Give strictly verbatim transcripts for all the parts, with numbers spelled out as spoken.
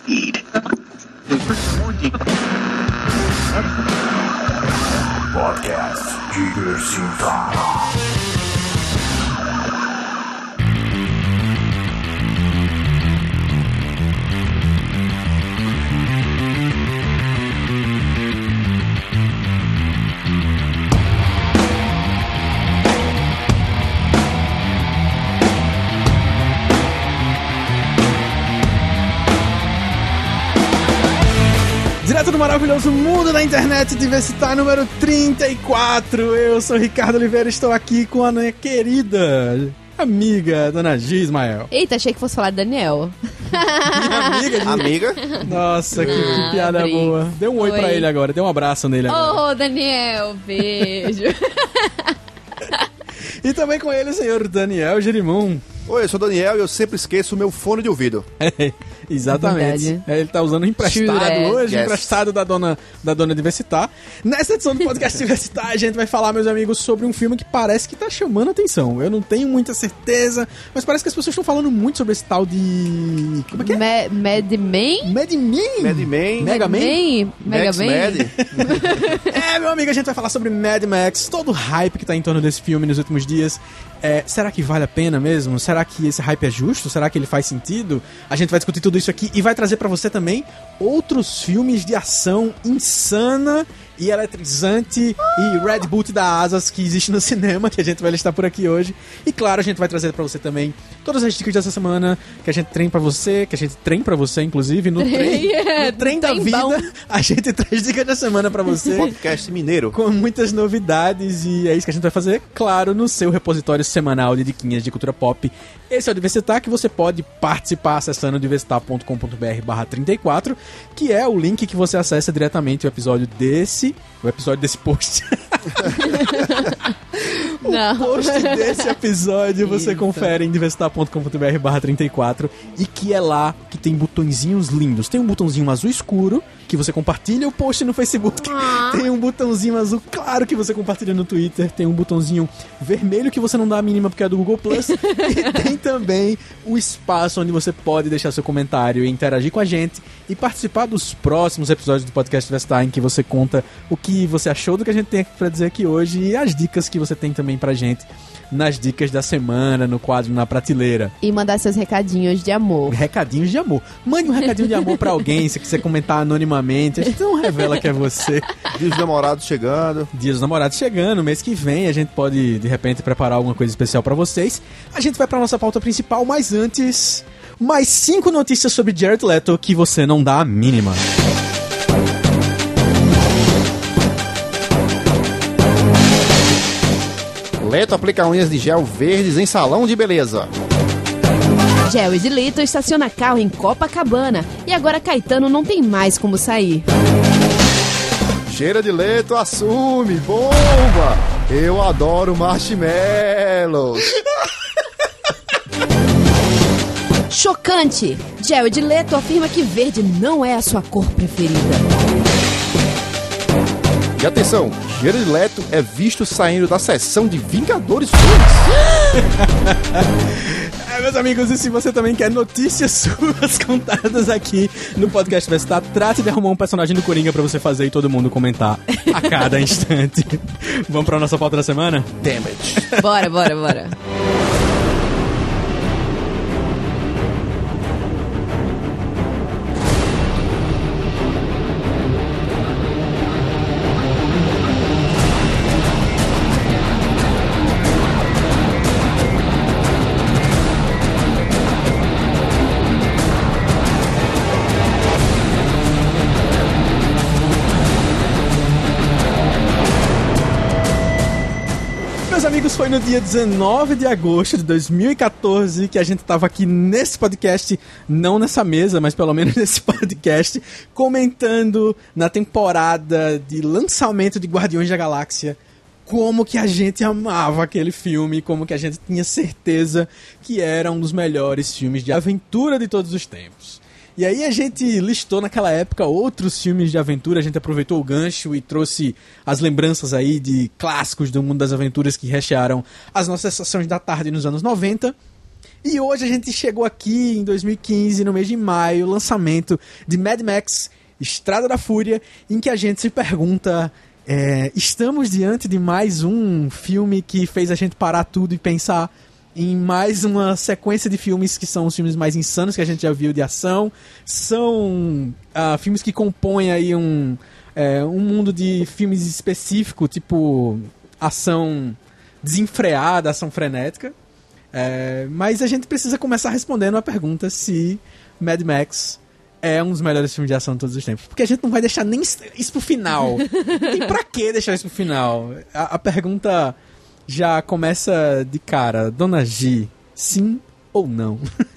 Feed. Podcast Diversificado. Direto do maravilhoso mundo da internet, Diversitar número trinta e quatro. Eu sou Ricardo Oliveira e estou aqui com a minha querida amiga, Dona G. Ismael. Eita, achei que fosse falar de Daniel. Minha amiga, G. Amiga? Nossa, que, Ah, que piada brinco. boa. Dê um oi, Oi. pra ele agora, dê um abraço nele agora. Oh, Daniel, beijo. E também com ele o senhor Daniel Jerimum. Oi, eu sou o Daniel e eu sempre esqueço o meu fone de ouvido. É, exatamente. Verdade. É, ele tá usando emprestado True, é. hoje, Yes. emprestado da dona, da dona Diversitar. Nessa edição do podcast Diversitar, a gente vai falar, meus amigos, sobre um filme que parece que tá chamando atenção. Eu não tenho muita certeza, mas parece que as pessoas estão falando muito sobre esse tal de... Como é que é? Ma- Mad Men? Mad Men? Mad Men. Mega Man? Man? Mega Max Man? Mad. É, meu amigo, a gente vai falar sobre Mad Max, todo o hype que tá em torno desse filme nos últimos dias. É, será que vale a pena mesmo? Será que esse hype é justo? Será que ele faz sentido? A gente vai discutir tudo isso aqui e vai trazer pra você também outros filmes de ação insana e eletrizante e Red Bull da Asas que existe no cinema, que a gente vai listar por aqui hoje. E claro, a gente vai trazer pra você também todas as dicas dessa semana que a gente treina pra você, que a gente treina pra você, inclusive, no trem, é, no trem da trem vida. bom. A gente traz dicas da semana pra você. Podcast mineiro. Com muitas novidades, e é isso que a gente vai fazer, claro, no seu repositório semanal de diquinhas de cultura pop. Esse é o Diversitar, que você pode participar acessando diversitar ponto com ponto b r barra trinta e quatro, que é o link que você acessa diretamente o episódio desse, o episódio desse post. O Não. post desse episódio você Isso. confere em diversitar ponto com ponto b r barra trinta e quatro, e que é lá que tem botõezinhos lindos. Tem um botãozinho azul escuro que você compartilha o post no Facebook. Ah. Tem um botãozinho azul claro que você compartilha no Twitter. Tem um botãozinho vermelho que você não dá a mínima porque é do Google Plus. E tem também o espaço onde você pode deixar seu comentário e interagir com a gente e participar dos próximos episódios do podcast Diversitar, em que você conta o que você achou do que a gente tem pra dizer aqui hoje e as dicas que você tem também pra gente nas dicas da semana, no quadro Na Prateleira. E mandar seus recadinhos de amor. Recadinhos de amor. Mande um recadinho de amor pra alguém, se quiser comentar anonimamente. A gente não revela que é você. Dia dos namorados chegando. Dia dos Namorados chegando, mês que vem a gente pode, de repente, preparar alguma coisa especial pra vocês. A gente vai pra nossa pauta principal, mas antes, mais cinco notícias sobre Jared Leto que você não dá a mínima. Leto aplica unhas de gel verdes em salão de beleza. Jared Leto estaciona carro em Copacabana e agora Caetano não tem mais como sair. Cheira de Leto assume. Bomba! Eu adoro marshmallows. Chocante! Jared Leto afirma que verde não é a sua cor preferida. E atenção, Jared Leto é visto saindo da sessão de Vingadores dois. É, meus amigos, e se você também quer notícias suas contadas aqui no podcast Diversitar, trate de arrumar um personagem do Coringa pra você fazer e todo mundo comentar a cada instante. Vamos pra nossa pauta da semana? Damage. Bora, bora, bora. Meus amigos, foi no dia dezenove de agosto de dois mil e quatorze que a gente tava aqui nesse podcast, não nessa mesa, mas pelo menos nesse podcast, comentando na temporada de lançamento de Guardiões da Galáxia como que a gente amava aquele filme, como que a gente tinha certeza que era um dos melhores filmes de aventura de todos os tempos. E aí a gente listou naquela época outros filmes de aventura, a gente aproveitou o gancho e trouxe as lembranças aí de clássicos do mundo das aventuras que rechearam as nossas sessões da tarde nos anos noventa. E hoje a gente chegou aqui em dois mil e quinze, no mês de maio, lançamento de Mad Max Estrada da Fúria, em que a gente se pergunta, é, estamos diante de mais um filme que fez a gente parar tudo e pensar em mais uma sequência de filmes que são os filmes mais insanos que a gente já viu de ação. São uh, filmes que compõem aí um, é, um mundo de filmes específico, tipo ação desenfreada, ação frenética. É, mas a gente precisa começar respondendo a pergunta se Mad Max é um dos melhores filmes de ação de todos os tempos. Porque a gente não vai deixar nem isso pro final. Não tem pra que deixar isso pro final. A, a pergunta já começa de cara. Dona G, sim ou não?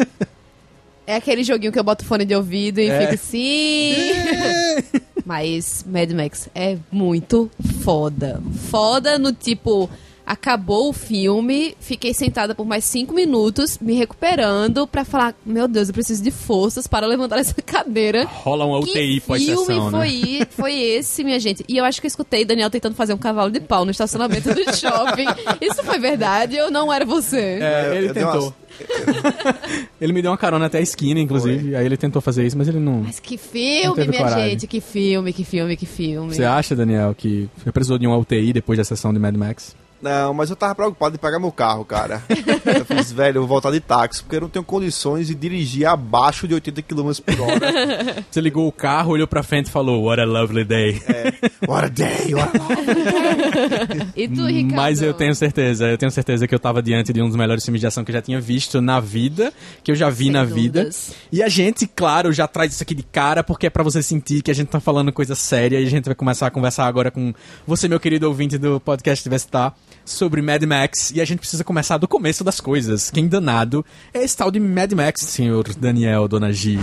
É aquele joguinho que eu boto fone de ouvido e É. fico sim. É. Mas Mad Max é muito foda. Foda no tipo... Acabou o filme, fiquei sentada por mais cinco minutos, me recuperando pra falar, meu Deus, eu preciso de forças para levantar essa cadeira. Rola uma U T I Que pós-sessão, filme né? foi, foi esse, minha gente? E eu acho que eu escutei Daniel tentando fazer um cavalo de pau no estacionamento do shopping. Isso foi verdade ou não era você? É, ele Eu dei tentou. Ele me deu uma carona até a esquina, inclusive. Foi. Aí ele tentou fazer isso, mas ele não... Mas que Não filme, teve minha coragem. gente, que filme, que filme, que filme. Você acha, Daniel, que você precisou de uma U T I depois da sessão de Mad Max? Não, mas eu tava preocupado em pegar meu carro, cara. Eu fiz, velho, eu vou voltar de táxi, porque eu não tenho condições de dirigir abaixo de oitenta quilômetros por hora. Você ligou o carro, olhou pra frente e falou, what a lovely day. É, what a day, what a lovely E tu, Ricardo? Mas eu tenho certeza, eu tenho certeza que eu tava diante de um dos melhores filmes de ação que eu já tinha visto na vida, que eu já vi Sem na dúvidas. vida. E a gente, claro, já traz isso aqui de cara, porque é pra você sentir que a gente tá falando coisa séria, e a gente vai começar a conversar agora com você, meu querido ouvinte do podcast Vestar, sobre Mad Max, e a gente precisa começar do começo das coisas. Quem danado é esse tal de Mad Max, senhor Daniel, Dona G.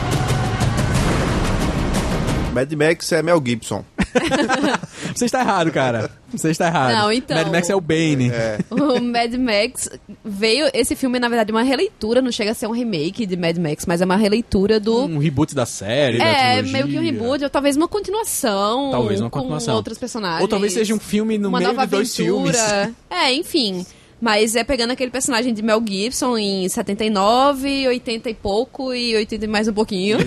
Mad Max é Mel Gibson. Você está errado, cara. Você está errado. Não, então- Mad Max é o Bane. É. O Mad Max veio... Esse filme, na verdade, é uma releitura, não chega a ser um remake de Mad Max, mas é uma releitura do... Um reboot da série, da É, trilogia. meio que um reboot, ou talvez uma continuação. Talvez uma continuação. Com outros personagens. Ou talvez seja um filme no uma meio nova de dois aventura. filmes. É, enfim. Mas é pegando aquele personagem de Mel Gibson em setenta e nove, oitenta e pouco e oitenta e mais um pouquinho.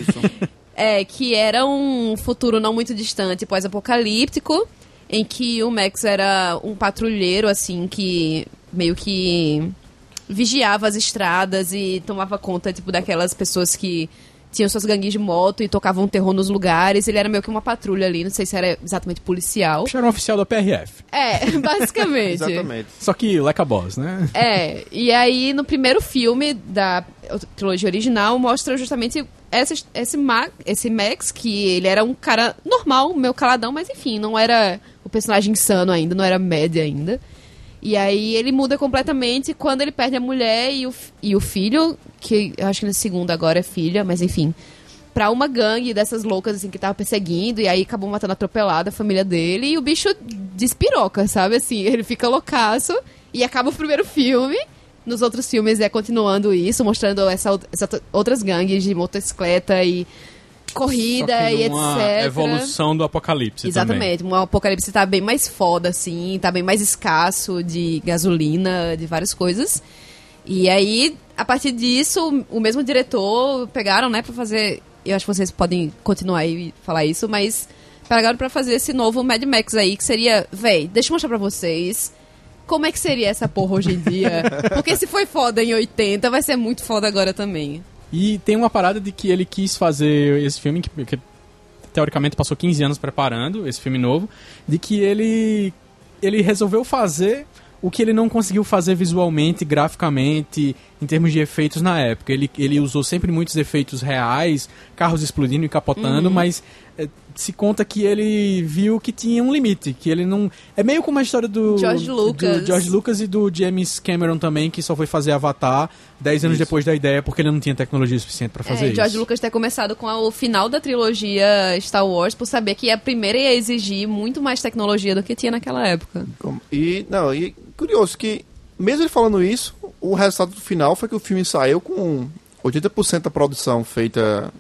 É, que era um futuro não muito distante, pós-apocalíptico, em que o Max era um patrulheiro, assim, que meio que vigiava as estradas e tomava conta, tipo, daquelas pessoas que tinham suas gangues de moto e tocavam terror nos lugares. Ele era meio que uma patrulha ali, não sei se era exatamente policial. Era um oficial da P R F. É, basicamente. Exatamente. Só que like a boss, né? É, e aí no primeiro filme da trilogia original mostra justamente esse, esse, Ma, esse Max, que ele era um cara normal, meio caladão, mas enfim, não era o personagem insano ainda, não era média ainda. E aí ele muda completamente quando ele perde a mulher e o, e o filho, que eu acho que no segundo agora é filha, mas enfim, pra uma gangue dessas loucas assim que tava perseguindo, e aí acabou matando atropelada a família dele, e o bicho despiroca, sabe? Assim, ele fica loucaço e acaba o primeiro filme. Nos outros filmes é continuando isso, mostrando essa, essa outras gangues de motocicleta e corrida Só que e numa etcétera. evolução do apocalipse Exatamente, o apocalipse tá bem mais foda, assim, tá bem mais escasso de gasolina, de várias coisas. E aí, a partir disso, o mesmo diretor pegaram, né, pra fazer... Eu acho que vocês podem continuar aí e falar isso, mas pegaram pra fazer esse novo Mad Max aí, que seria... Véi, deixa eu mostrar pra vocês como é que seria essa porra hoje em dia. Porque se foi foda em oitenta, vai ser muito foda agora também. E tem uma parada de que ele quis fazer esse filme, que, que teoricamente passou quinze anos preparando esse filme novo, de que ele, ele resolveu fazer o que ele não conseguiu fazer visualmente, graficamente, em termos de efeitos na época. Ele, ele usou sempre muitos efeitos reais, carros explodindo e capotando, Uhum. mas é, se conta que ele viu que tinha um limite, que ele não... É meio como a história do George Lucas. do George Lucas e do James Cameron também, que só foi fazer Avatar dez anos Isso. depois da ideia, porque ele não tinha tecnologia suficiente pra fazer É, isso. George Lucas ter começado com a- o final da trilogia Star Wars, por saber que a primeira ia exigir muito mais tecnologia do que tinha naquela época. Como- E, não, e curioso que, mesmo ele falando isso, o resultado final foi que o filme saiu com oitenta por cento da produção feita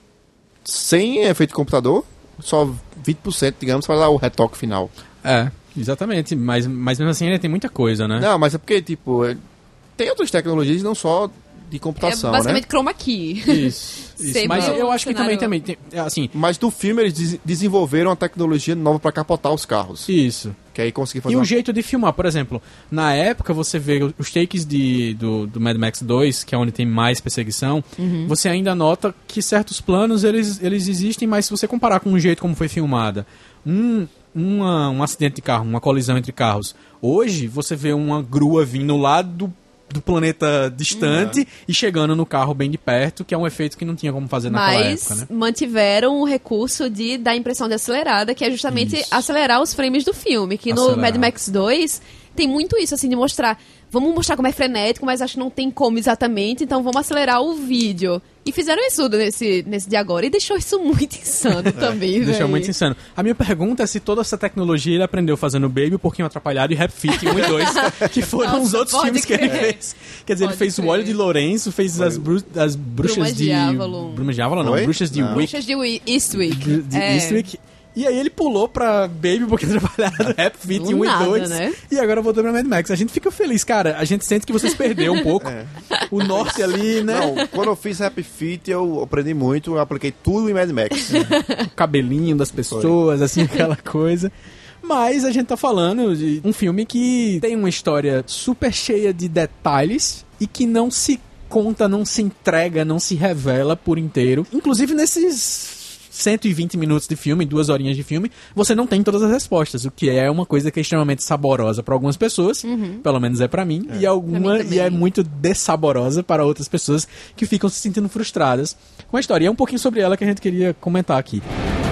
sem efeito de computador, só vinte por cento, digamos, para dar o retoque final. É, exatamente. Mas, mas mesmo assim ainda tem muita coisa, né? Não, mas é porque, tipo, é- tem outras tecnologias, não só de computação, é basicamente né? chroma key. Isso, isso. Sempre Mas um eu acho que também, cenário- também tem, assim, Mas no filme eles des- desenvolveram uma tecnologia nova pra capotar os carros. isso. Que aí conseguir fazer E o uma... jeito de filmar, por exemplo, na época você vê os takes de, do, do Mad Max dois, que é onde tem mais perseguição, você ainda nota que certos planos eles, eles existem, mas se você comparar com o jeito como foi filmada, um, uma, um acidente de carro, uma colisão entre carros, hoje você vê uma grua vindo lá do, do planeta distante e chegando no carro bem de perto, que é um efeito que não tinha como fazer naquela Mas época, né? mantiveram o recurso de dar a impressão de acelerada, que é justamente Isso. acelerar os frames do filme. Que no Acelerar. Mad Max dois tem muito isso, assim, de mostrar. Vamos mostrar como é frenético, mas acho que não tem como exatamente, então vamos acelerar o vídeo. E fizeram isso nesse, nesse de agora. E deixou isso muito insano também, velho. Deixou muito insano. A minha pergunta é se toda essa tecnologia ele aprendeu fazendo Baby, Um Pouquinho Atrapalhado e Rap Fit um e dois, que foram Nossa, os outros pode filmes que ele crer. fez. Quer dizer, Pode ele fez crer. o Óleo de Lourenço, fez as, bru as Bruxas Brumas de... de Avalon. Brumas de Avalon, não. Foi? Bruxas de Não. Wick. Bruxas de Wi- Eastwick. De, de É. Eastwick. E aí ele pulou pra Baby, Um Pouquinho Atrapalhado, Rap Fit Do um nada, e dois. né? E agora voltou pra Mad Max. A gente fica feliz, cara. A gente sente que vocês perderam um pouco É. o norte ali, né? Não, quando eu fiz Rap Fit, eu aprendi muito, eu apliquei tudo em Mad Max. O cabelinho das pessoas, assim, aquela coisa. Mas a gente tá falando de um filme que tem uma história super cheia de detalhes e que não se conta, não se entrega, não se revela por inteiro. Inclusive nesses cento e vinte minutos de filme, duas horinhas de filme, você não tem todas as respostas, o que é uma coisa que é extremamente saborosa para algumas pessoas, pelo menos é para mim, e alguma Pra mim também. e é muito dessaborosa para outras pessoas que ficam se sentindo frustradas com a história. E é um pouquinho sobre ela que a gente queria comentar aqui.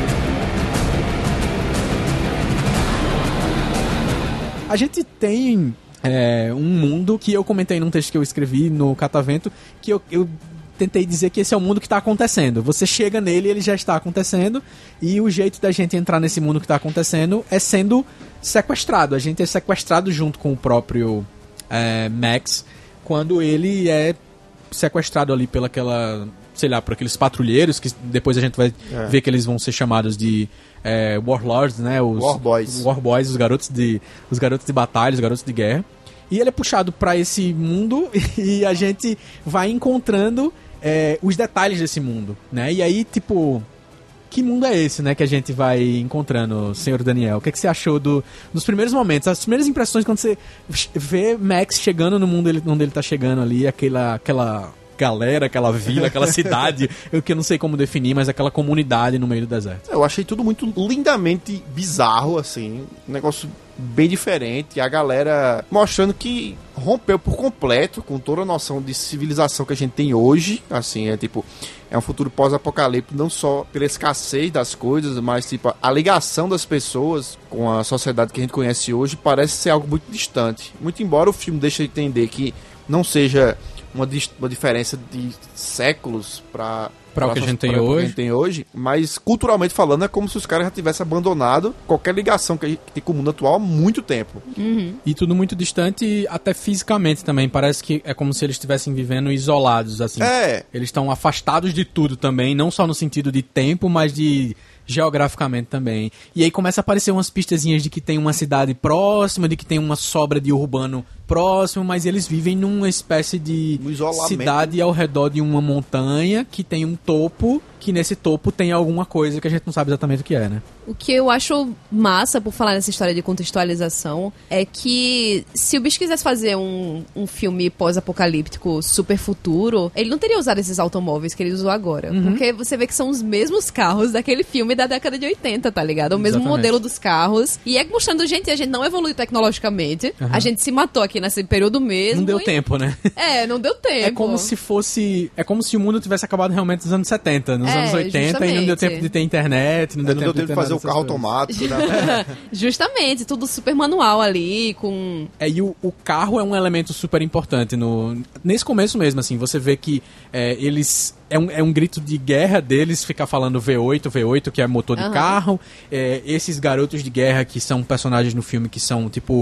A gente tem é, um mundo que eu comentei num texto que eu escrevi no Catavento, que eu, eu tentei dizer que esse é o mundo que está acontecendo. Você chega nele e ele já está acontecendo, e o jeito da gente entrar nesse mundo que está acontecendo é sendo sequestrado. A gente é sequestrado junto com o próprio é, Max, quando ele é sequestrado ali pela aquela, sei lá, por aqueles patrulheiros, que depois a gente vai É. ver que eles vão ser chamados de é, Warlords, né? Os, War Boys. War Boys, os garotos de, os garotos de batalha, os garotos de guerra. E ele é puxado pra esse mundo e a gente vai encontrando é, os detalhes desse mundo, né? E aí, tipo, que mundo é esse, né, que a gente vai encontrando, senhor Daniel? O que, é que você achou do, dos primeiros momentos, as primeiras impressões quando você vê Max chegando no mundo ele, onde ele tá chegando ali, aquela, aquela galera, aquela vila, aquela cidade, eu que eu não sei como definir, mas aquela comunidade no meio do deserto. Eu achei tudo muito lindamente bizarro, assim. Um negócio bem diferente. A galera mostrando que rompeu por completo com toda a noção de civilização que a gente tem hoje. Assim, é tipo... É um futuro pós-apocalíptico, não só pela escassez das coisas, mas tipo, a ligação das pessoas com a sociedade que a gente conhece hoje parece ser algo muito distante. Muito embora o filme deixe entender que não seja uma, dis- uma diferença de séculos para Pra o que a gente tem pra o que hoje. a gente tem hoje, mas culturalmente falando é como se os caras já tivessem abandonado qualquer ligação que a gente tem com o mundo atual há muito tempo. E tudo muito distante, até fisicamente também. Parece que é como se eles estivessem vivendo isolados, assim. É. Eles estão afastados de tudo também, não só no sentido de tempo, mas de geograficamente também. E aí começa a aparecer umas pistazinhas de que tem uma cidade próxima, de que tem uma sobra de urbano próximo, mas eles vivem numa espécie de No isolamento. cidade ao redor de uma montanha que tem um topo, que nesse topo tem alguma coisa que a gente não sabe exatamente o que é, né? O que eu acho massa, por falar nessa história de contextualização, é que se o bicho quisesse fazer um, um filme pós-apocalíptico super futuro, ele não teria usado esses automóveis que ele usou agora. Porque você vê que são os mesmos carros daquele filme da década de oitenta, tá ligado? É o mesmo Exatamente. modelo dos carros. E é mostrando, gente, a gente não evoluiu tecnologicamente. A gente se matou aqui nesse período mesmo. Não deu e- tempo, né? É, não deu tempo. É como se fosse. É como se o mundo tivesse acabado realmente nos anos setenta, nos É, anos oitenta, e não deu justamente. tempo de ter internet, não deu Não tempo deu tempo de ter fazer nada o carro dessas coisas. automático, né? Justamente, tudo super manual ali, com... É, e o, o carro é um elemento super importante no, nesse começo mesmo, assim, você vê que é, eles... É um, é um grito de guerra deles ficar falando V oito, V oito, que é motor de Aham. carro. É, esses garotos de guerra que são personagens no filme que são, tipo,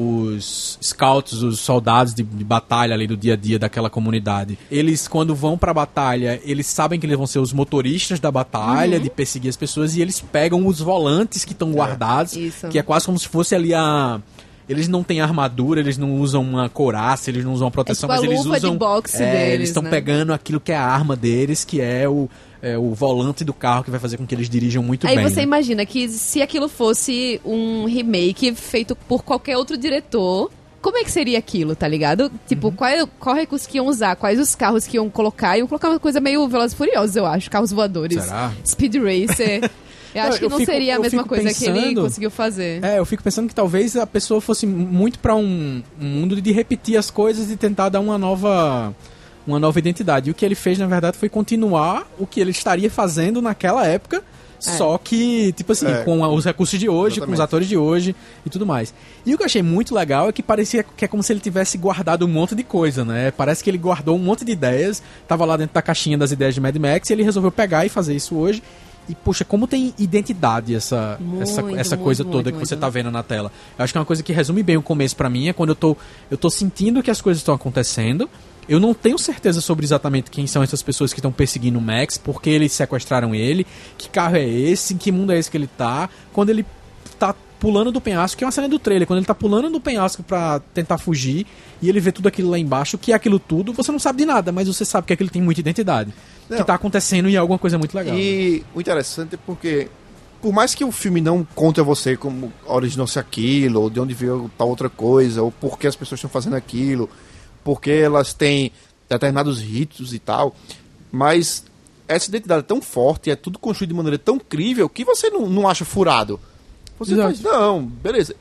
os scouts, os soldados de, de batalha ali do dia a dia daquela comunidade. Eles, quando vão pra batalha, eles sabem que eles vão ser os motoristas da batalha, de perseguir as pessoas, e eles pegam os volantes que estão guardados, Isso. que é quase como se fosse ali a... Eles não têm armadura, eles não usam uma couraça, eles não usam uma proteção, é tipo mas eles a luva usam... de boxe é, deles, eles estão né? pegando aquilo que é a arma deles, que é o, é o volante do carro, que vai fazer com que eles dirijam muito Aí bem. você né? imagina que se aquilo fosse um remake feito por qualquer outro diretor, como é que seria aquilo, tá ligado? Tipo, Uhum. qual, qual recurso que iam usar, quais os carros que iam colocar, iam colocar uma coisa meio Velozes e Furiosos, eu acho, carros voadores. Será? Speed Racer. Eu Não, acho que eu não fico- seria a eu mesma fico coisa que ele pensando- conseguiu fazer. É, eu fico pensando que talvez a pessoa fosse muito pra um, um mundo de repetir as coisas e tentar dar uma nova, uma nova identidade. E o que ele fez, na verdade, foi continuar o que ele estaria fazendo naquela época, só que, tipo assim, É. com a- os recursos de hoje, com os Exatamente. atores de hoje e tudo mais. E o que eu achei muito legal é que parecia que é como se ele tivesse guardado um monte de coisa, né? Parece que ele guardou um monte de ideias, tava lá dentro da caixinha das ideias de Mad Max e ele resolveu pegar e fazer isso hoje. E, poxa, como tem identidade essa, Muito, essa, essa muito, coisa muito, toda que muito. você tá vendo na tela. Eu acho que é uma coisa que resume bem o começo pra mim, é quando eu tô, eu tô sentindo que as coisas estão acontecendo. Eu não tenho certeza sobre exatamente quem são essas pessoas que estão perseguindo o Max, por que eles sequestraram ele, que carro é esse, em que mundo é esse que ele tá. Quando ele tá pulando do penhasco, que é uma cena do trailer, quando ele tá pulando do penhasco pra tentar fugir, e ele vê tudo aquilo lá embaixo, o que é aquilo tudo, você não sabe de nada, mas você sabe que aquilo tem muita identidade. Não. Que tá acontecendo e é alguma coisa muito legal. E o interessante é porque, por mais que o filme não conte a você como originou-se aquilo, ou de onde veio tal outra coisa, ou por que as pessoas estão fazendo aquilo, porque elas têm determinados ritos e tal, mas essa identidade é tão forte, é tudo construído de maneira tão crível, que você não, não acha furado. Você Exato. faz, não, beleza.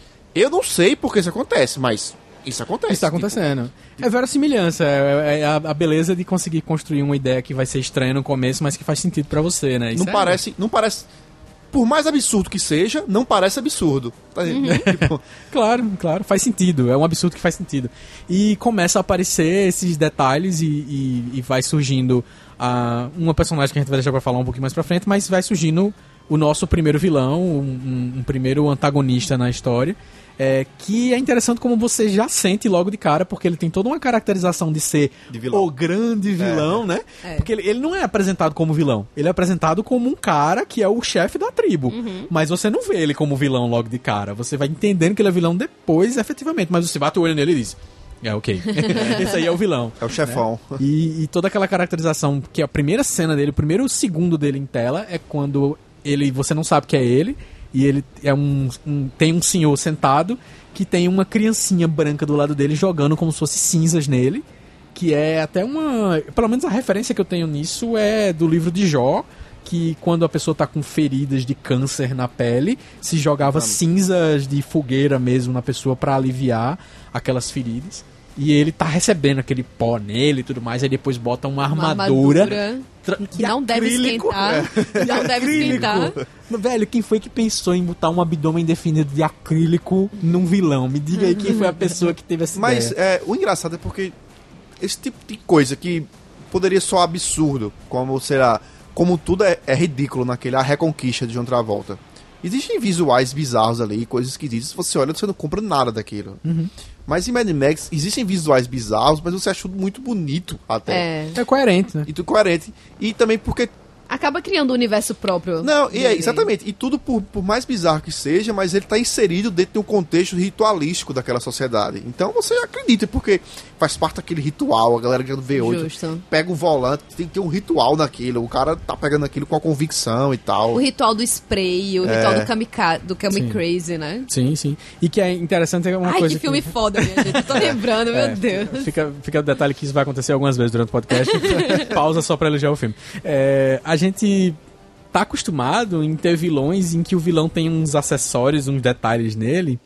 Eu não sei por que isso acontece, mas isso acontece. Isso tá acontecendo. É verossimilhança, é, é a, a beleza de conseguir construir uma ideia que vai ser estranha no começo, mas que faz sentido pra você, né? Tipo, Isso não é- parece, não parece. Por mais absurdo que seja, não parece absurdo. Tá ligado? Tipo, Claro, claro, faz sentido. É um absurdo que faz sentido. E começa a aparecer esses detalhes e, e, e vai surgindo ah, uma personagem que a gente vai deixar pra falar um pouquinho mais pra frente, mas vai surgindo o nosso primeiro vilão, um, um- um primeiro antagonista na história. É, que é interessante como você já sente logo de cara, porque ele tem toda uma caracterização de ser De vilão. o grande vilão, né? É. Porque ele, ele não é apresentado como vilão. Ele é apresentado como um cara que é o chefe da tribo. Mas você não vê ele como vilão logo de cara. Você vai entendendo que ele é vilão depois, efetivamente. Mas você bate o olho nele e diz: é, ok. Esse aí é o vilão. é o chefão. E, e toda aquela caracterização, que a primeira cena dele, o primeiro segundo dele em tela, é quando ele, você não sabe que é ele, e ele é um, um- tem um senhor sentado que tem uma criancinha branca do lado dele jogando como se fosse cinzas nele, que é até uma... Pelo menos a referência que eu tenho nisso é do livro de Jó, que quando a pessoa tá com feridas de câncer na pele, se jogava cinzas de fogueira mesmo na pessoa pra aliviar aquelas feridas. E ele tá recebendo aquele pó nele e tudo mais, aí depois bota uma Uma armadura... armadura tra- que de não deve acrílico. esquentar. De Não deve acrílico. esquentar. Velho, quem foi que pensou em botar um abdômen definido de acrílico num vilão? Me diga aí quem foi a pessoa que teve essa Mas ideia. é, o engraçado é porque esse tipo de coisa que poderia soar absurdo, como, sei lá, como tudo é, é ridículo naquele A Reconquista de John Travolta. Existem visuais bizarros ali, coisas esquisitas. Se você olha, você não compra nada daquilo. Uhum. Mas em Mad Max existem visuais bizarros, mas você acha tudo muito bonito até. É. É coerente, né? E tudo coerente. E também porque Acaba criando um universo próprio. Não, e é, dele. exatamente. E tudo, por, por mais bizarro que seja, mas ele tá inserido dentro de um contexto ritualístico daquela sociedade. Então você acredita, porque faz parte daquele ritual, a galera que do V oito Justo. pega o volante, tem que ter um ritual naquilo. O cara tá pegando aquilo com a convicção e tal. O ritual do spray, o É. ritual do kamikaze, do Sim. kamikaze, né? Sim, sim. E que é interessante é uma Ai, coisa que filme foda, minha gente. Eu tô lembrando, meu É, Deus. Fica, fica o detalhe que isso vai acontecer algumas vezes durante o podcast. Pausa só pra elogiar o filme. É, a gente tá acostumado em ter vilões em que o vilão tem uns acessórios, uns detalhes nele,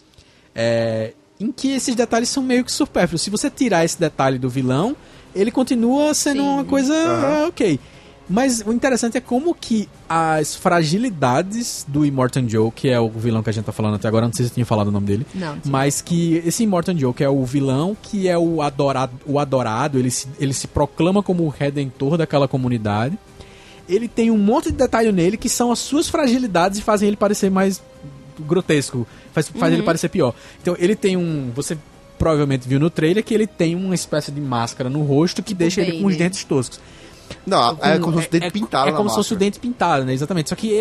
é, em que esses detalhes são meio que supérfluos. Se você tirar esse detalhe do vilão, ele continua sendo Sim. uma coisa Aham. ah, ok. Mas o interessante é como que as fragilidades do Immortan Joe, que é o vilão que a gente tá falando até agora, não sei se eu tinha falado o nome dele, Não, sim. mas que esse Immortan Joe, que é o vilão, que é o adorado, o adorado ele, se, ele se proclama como o redentor daquela comunidade. Ele tem um monte de detalhe nele que são as suas fragilidades e fazem ele parecer mais grotesco, faz, faz ele parecer pior. Então ele tem um... Você provavelmente viu no trailer que ele tem uma espécie de máscara no rosto que deixa ele com os Bane. dentes toscos. Não, é como se fosse o é, dente pintado é na como se fosse o máscara. dente pintado, né? Exatamente. Só que ele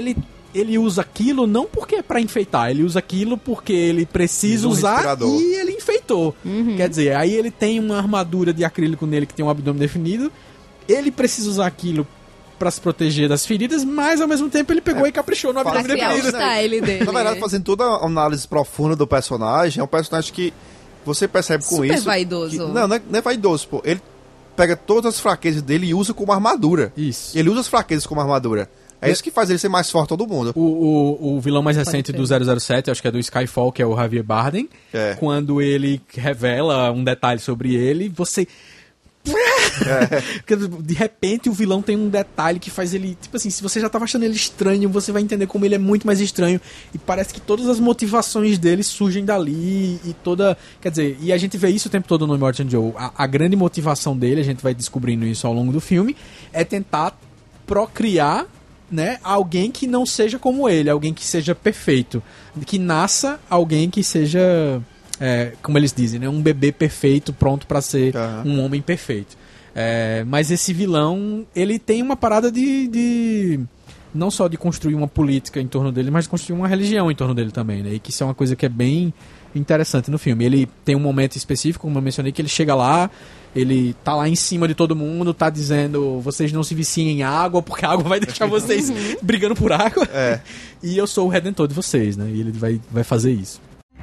ele usa aquilo não porque é pra enfeitar, ele usa aquilo porque ele precisa Um usar respirador. e ele enfeitou. Quer dizer, aí ele tem uma armadura de acrílico nele que tem um abdômen definido, ele precisa usar aquilo pra se proteger das feridas, mas ao mesmo tempo ele pegou e caprichou no Pra abdômen criar o definido. style dele. Na verdade, fazendo toda a análise profunda do personagem, é um personagem que você percebe com Super isso... vaidoso. que- não, não é, não é vaidoso, pô. Ele pega todas as fraquezas dele e usa como armadura. Isso. Ele usa as fraquezas como armadura. É isso que faz ele ser mais forte que todo mundo. O, o, o vilão mais recente crer. do zero zero sete, acho que é do Skyfall, que é o Javier Bardem. É. Quando ele revela um detalhe sobre ele, você... Porque, de repente o vilão tem um detalhe que faz ele... Tipo assim, se você já tava achando ele estranho, você vai entender como ele é muito mais estranho. E parece que todas as motivações dele surgem dali. E toda... Quer dizer, e a gente vê isso o tempo todo no Immortan Joe. A, a grande motivação dele, a gente vai descobrindo isso ao longo do filme, é tentar procriar, né, alguém que não seja como ele, alguém que seja perfeito, que nasça alguém que seja, é, como eles dizem, né, um bebê perfeito pronto pra ser Aham. um homem perfeito. É, mas esse vilão, ele tem uma parada de, de não só de construir uma política em torno dele, mas de construir uma religião em torno dele também, né? E que isso é uma coisa que é bem interessante no filme. Ele tem um momento específico, como eu mencionei, que ele chega lá, ele tá lá em cima de todo mundo, tá dizendo, vocês não se viciem em água, porque a água vai deixar vocês brigando por água. É. E eu sou o redentor de vocês, né? E ele vai, vai fazer isso.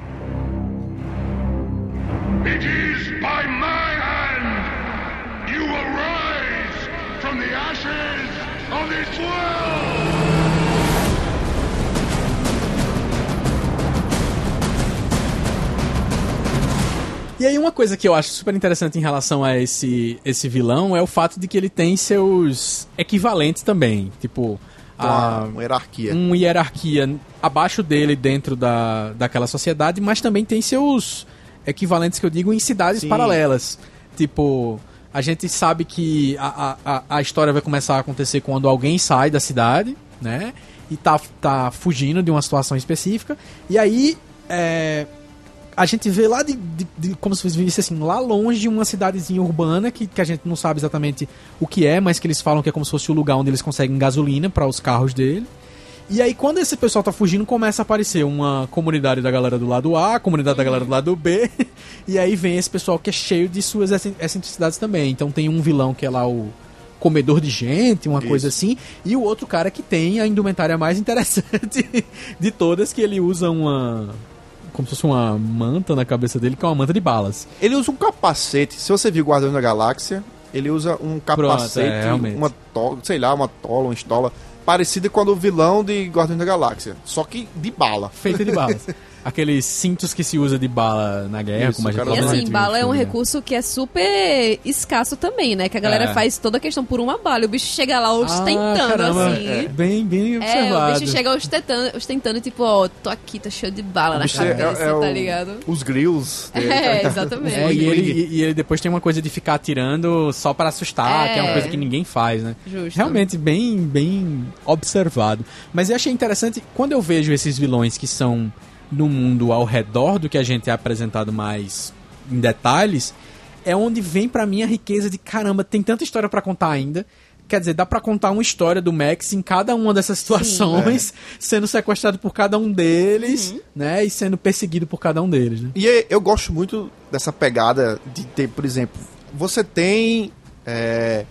It is by my hand you will rise from the ashes of this world! E aí uma coisa que eu acho super interessante em relação a esse, esse vilão é o fato de que ele tem seus equivalentes também. Tipo, a, Uma, uma hierarquia. uma hierarquia abaixo dele dentro da, daquela sociedade, mas também tem seus equivalentes, que eu digo, em cidades Sim. paralelas. Tipo, a gente sabe que a, a, a história vai começar a acontecer quando alguém sai da cidade, né? E tá, tá fugindo de uma situação específica. E aí, é, a gente vê lá de, de, de como se fosse assim, lá longe, uma cidadezinha urbana que, que a gente não sabe exatamente o que é, mas que eles falam que é como se fosse o lugar onde eles conseguem gasolina para os carros dele. E aí, quando esse pessoal tá fugindo, começa a aparecer uma comunidade da galera do lado A, a comunidade da galera do lado B, e aí vem esse pessoal que é cheio de suas excentricidades também. Então tem um vilão que é lá o comedor de gente, uma Isso. coisa assim, e o outro cara que tem a indumentária mais interessante de todas, que ele usa uma... como se fosse uma manta na cabeça dele, que é uma manta de balas. Ele usa um capacete. Se você viu Guardiões da Galáxia, ele usa um capacete, é, realmente. uma tola, sei lá, uma tola, uma estola, parecida com a do vilão de Guardiões da Galáxia. Só que de bala. Feita de balas. Aqueles cintos que se usa de bala na guerra, Isso, como a gente cara, E pelo menos a assim, gente bala viu é um no filme, né? recurso que é super escasso também, né? Que a galera É. faz toda a questão por uma bala. E o bicho chega lá ostentando, Ah, caramba. assim. É. Bem, bem É, observado. o bicho chega ostentando, ostentando tipo, ó, tô aqui, tô cheio de bala na Bicho, é- cabeça, é tá o- ligado? Os grills. dele, tá É, ligado? exatamente. É, e Bling, ele, bling. e- e ele depois tem uma coisa de ficar atirando só pra assustar, É. que é uma coisa que ninguém faz, né? Justo. Realmente bem, bem observado. Mas eu achei interessante, quando eu vejo esses vilões que são no mundo ao redor do que a gente é apresentado mais em detalhes, é onde vem pra mim a riqueza de, caramba, tem tanta história pra contar ainda. Quer dizer, dá pra contar uma história do Max em cada uma dessas situações, sendo sequestrado por cada um deles, né? E sendo perseguido por cada um deles, né? E é- eu gosto muito dessa pegada de ter, por exemplo, você tem é,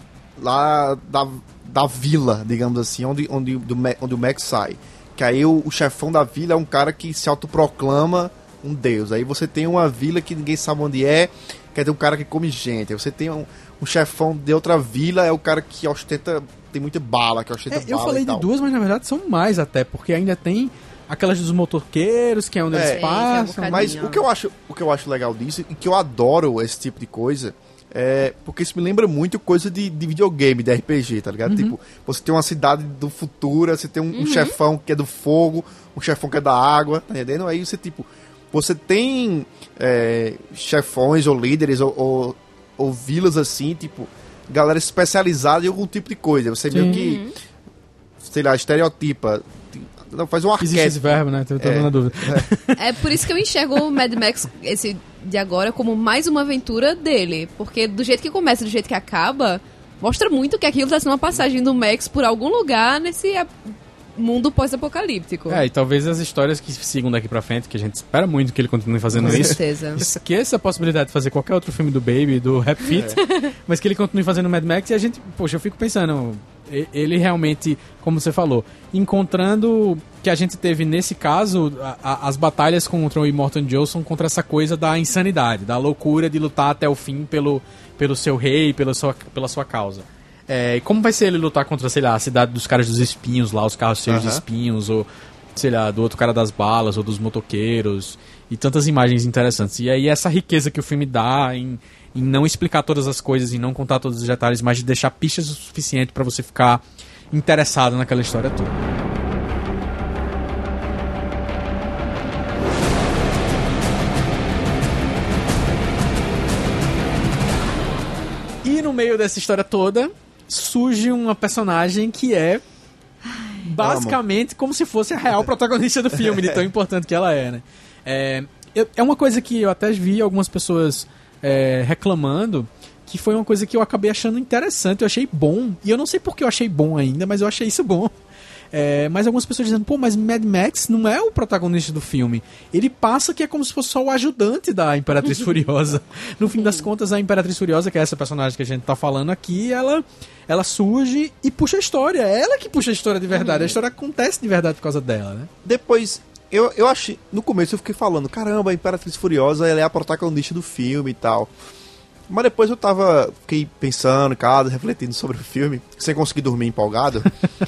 lá da, da vila, digamos assim, onde, onde, do, Ma- onde o Max sai. Que aí o, o chefão da vila é um cara que se autoproclama um deus. Aí você tem uma vila que ninguém sabe onde é, que é um cara que come gente. Aí você tem um, um chefão de outra vila, é o cara que ostenta, tem muita bala, que ostenta É, eu bala falei e de tal. duas, mas na verdade são mais até, porque ainda tem aquelas dos motoqueiros, que é onde É, eles Sim, que é um passam. bocadinho. Mas o que eu acho, o que eu acho legal disso e que eu adoro esse tipo de coisa é porque isso me lembra muito coisa de, de videogame, de R P G, tá ligado? Tipo, você tem uma cidade do futuro, você tem um, um chefão que é do fogo, um chefão que é da água, tá entendendo? Aí você, tipo, você tem é, chefões ou líderes ou, ou, ou vilas assim, tipo, galera especializada em algum tipo de coisa. Você meio que, sei lá, estereotipa. Não, faz um Existe esse arquétipo. verbo, né? Tô, tô É. dando a dúvida. É por isso que eu enxergo o Mad Max, esse de agora, como mais uma aventura dele. Porque do jeito que começa e do jeito que acaba, mostra muito que aquilo tá sendo uma passagem do Max por algum lugar nesse mundo pós-apocalíptico. É, e talvez as histórias que sigam daqui pra frente, que a gente espera muito que ele continue fazendo Com isso. certeza. Esqueça a possibilidade de fazer qualquer outro filme do Baby, do Rap Fit, é. mas que ele continue fazendo Mad Max. E a gente, poxa, eu fico pensando, ele realmente, como você falou, encontrando que a gente teve nesse caso a, a, as batalhas contra o Immortan Joe são contra essa coisa da insanidade, da loucura de lutar até o fim pelo, pelo seu rei, pela sua, pela sua causa. É, como vai ser ele lutar contra, sei lá, a cidade dos caras dos espinhos lá, os carros cheios uhum. de espinhos, ou, sei lá, do outro cara das balas, ou dos motoqueiros, e tantas imagens interessantes. E aí essa riqueza que o filme dá em, em não explicar todas as coisas, em não contar todos os detalhes, mas de deixar pistas o suficiente pra você ficar interessado naquela história toda. E no meio dessa história toda, surge uma personagem que é basicamente Amo. como se fosse a real protagonista do filme, de tão importante que ela é, né? É, é uma coisa que eu até vi algumas pessoas é, reclamando, que foi uma coisa que eu acabei achando interessante, eu achei bom, e eu não sei por que eu achei bom ainda, mas eu achei isso bom. É, mas algumas pessoas dizendo, pô, mas Mad Max não é o protagonista do filme. Ele passa que é como se fosse só o ajudante da Imperatriz Furiosa. No fim das contas, a Imperatriz Furiosa, que é essa personagem que a gente tá falando aqui, ela, ela surge e puxa a história. É ela que puxa a história de verdade. A história acontece de verdade por causa dela, né? Depois, eu, eu achei... No começo eu fiquei falando, caramba, a Imperatriz Furiosa, ela é a protagonista do filme e tal. Mas depois eu tava... Fiquei pensando, cara, refletindo sobre o filme, sem conseguir dormir empolgado.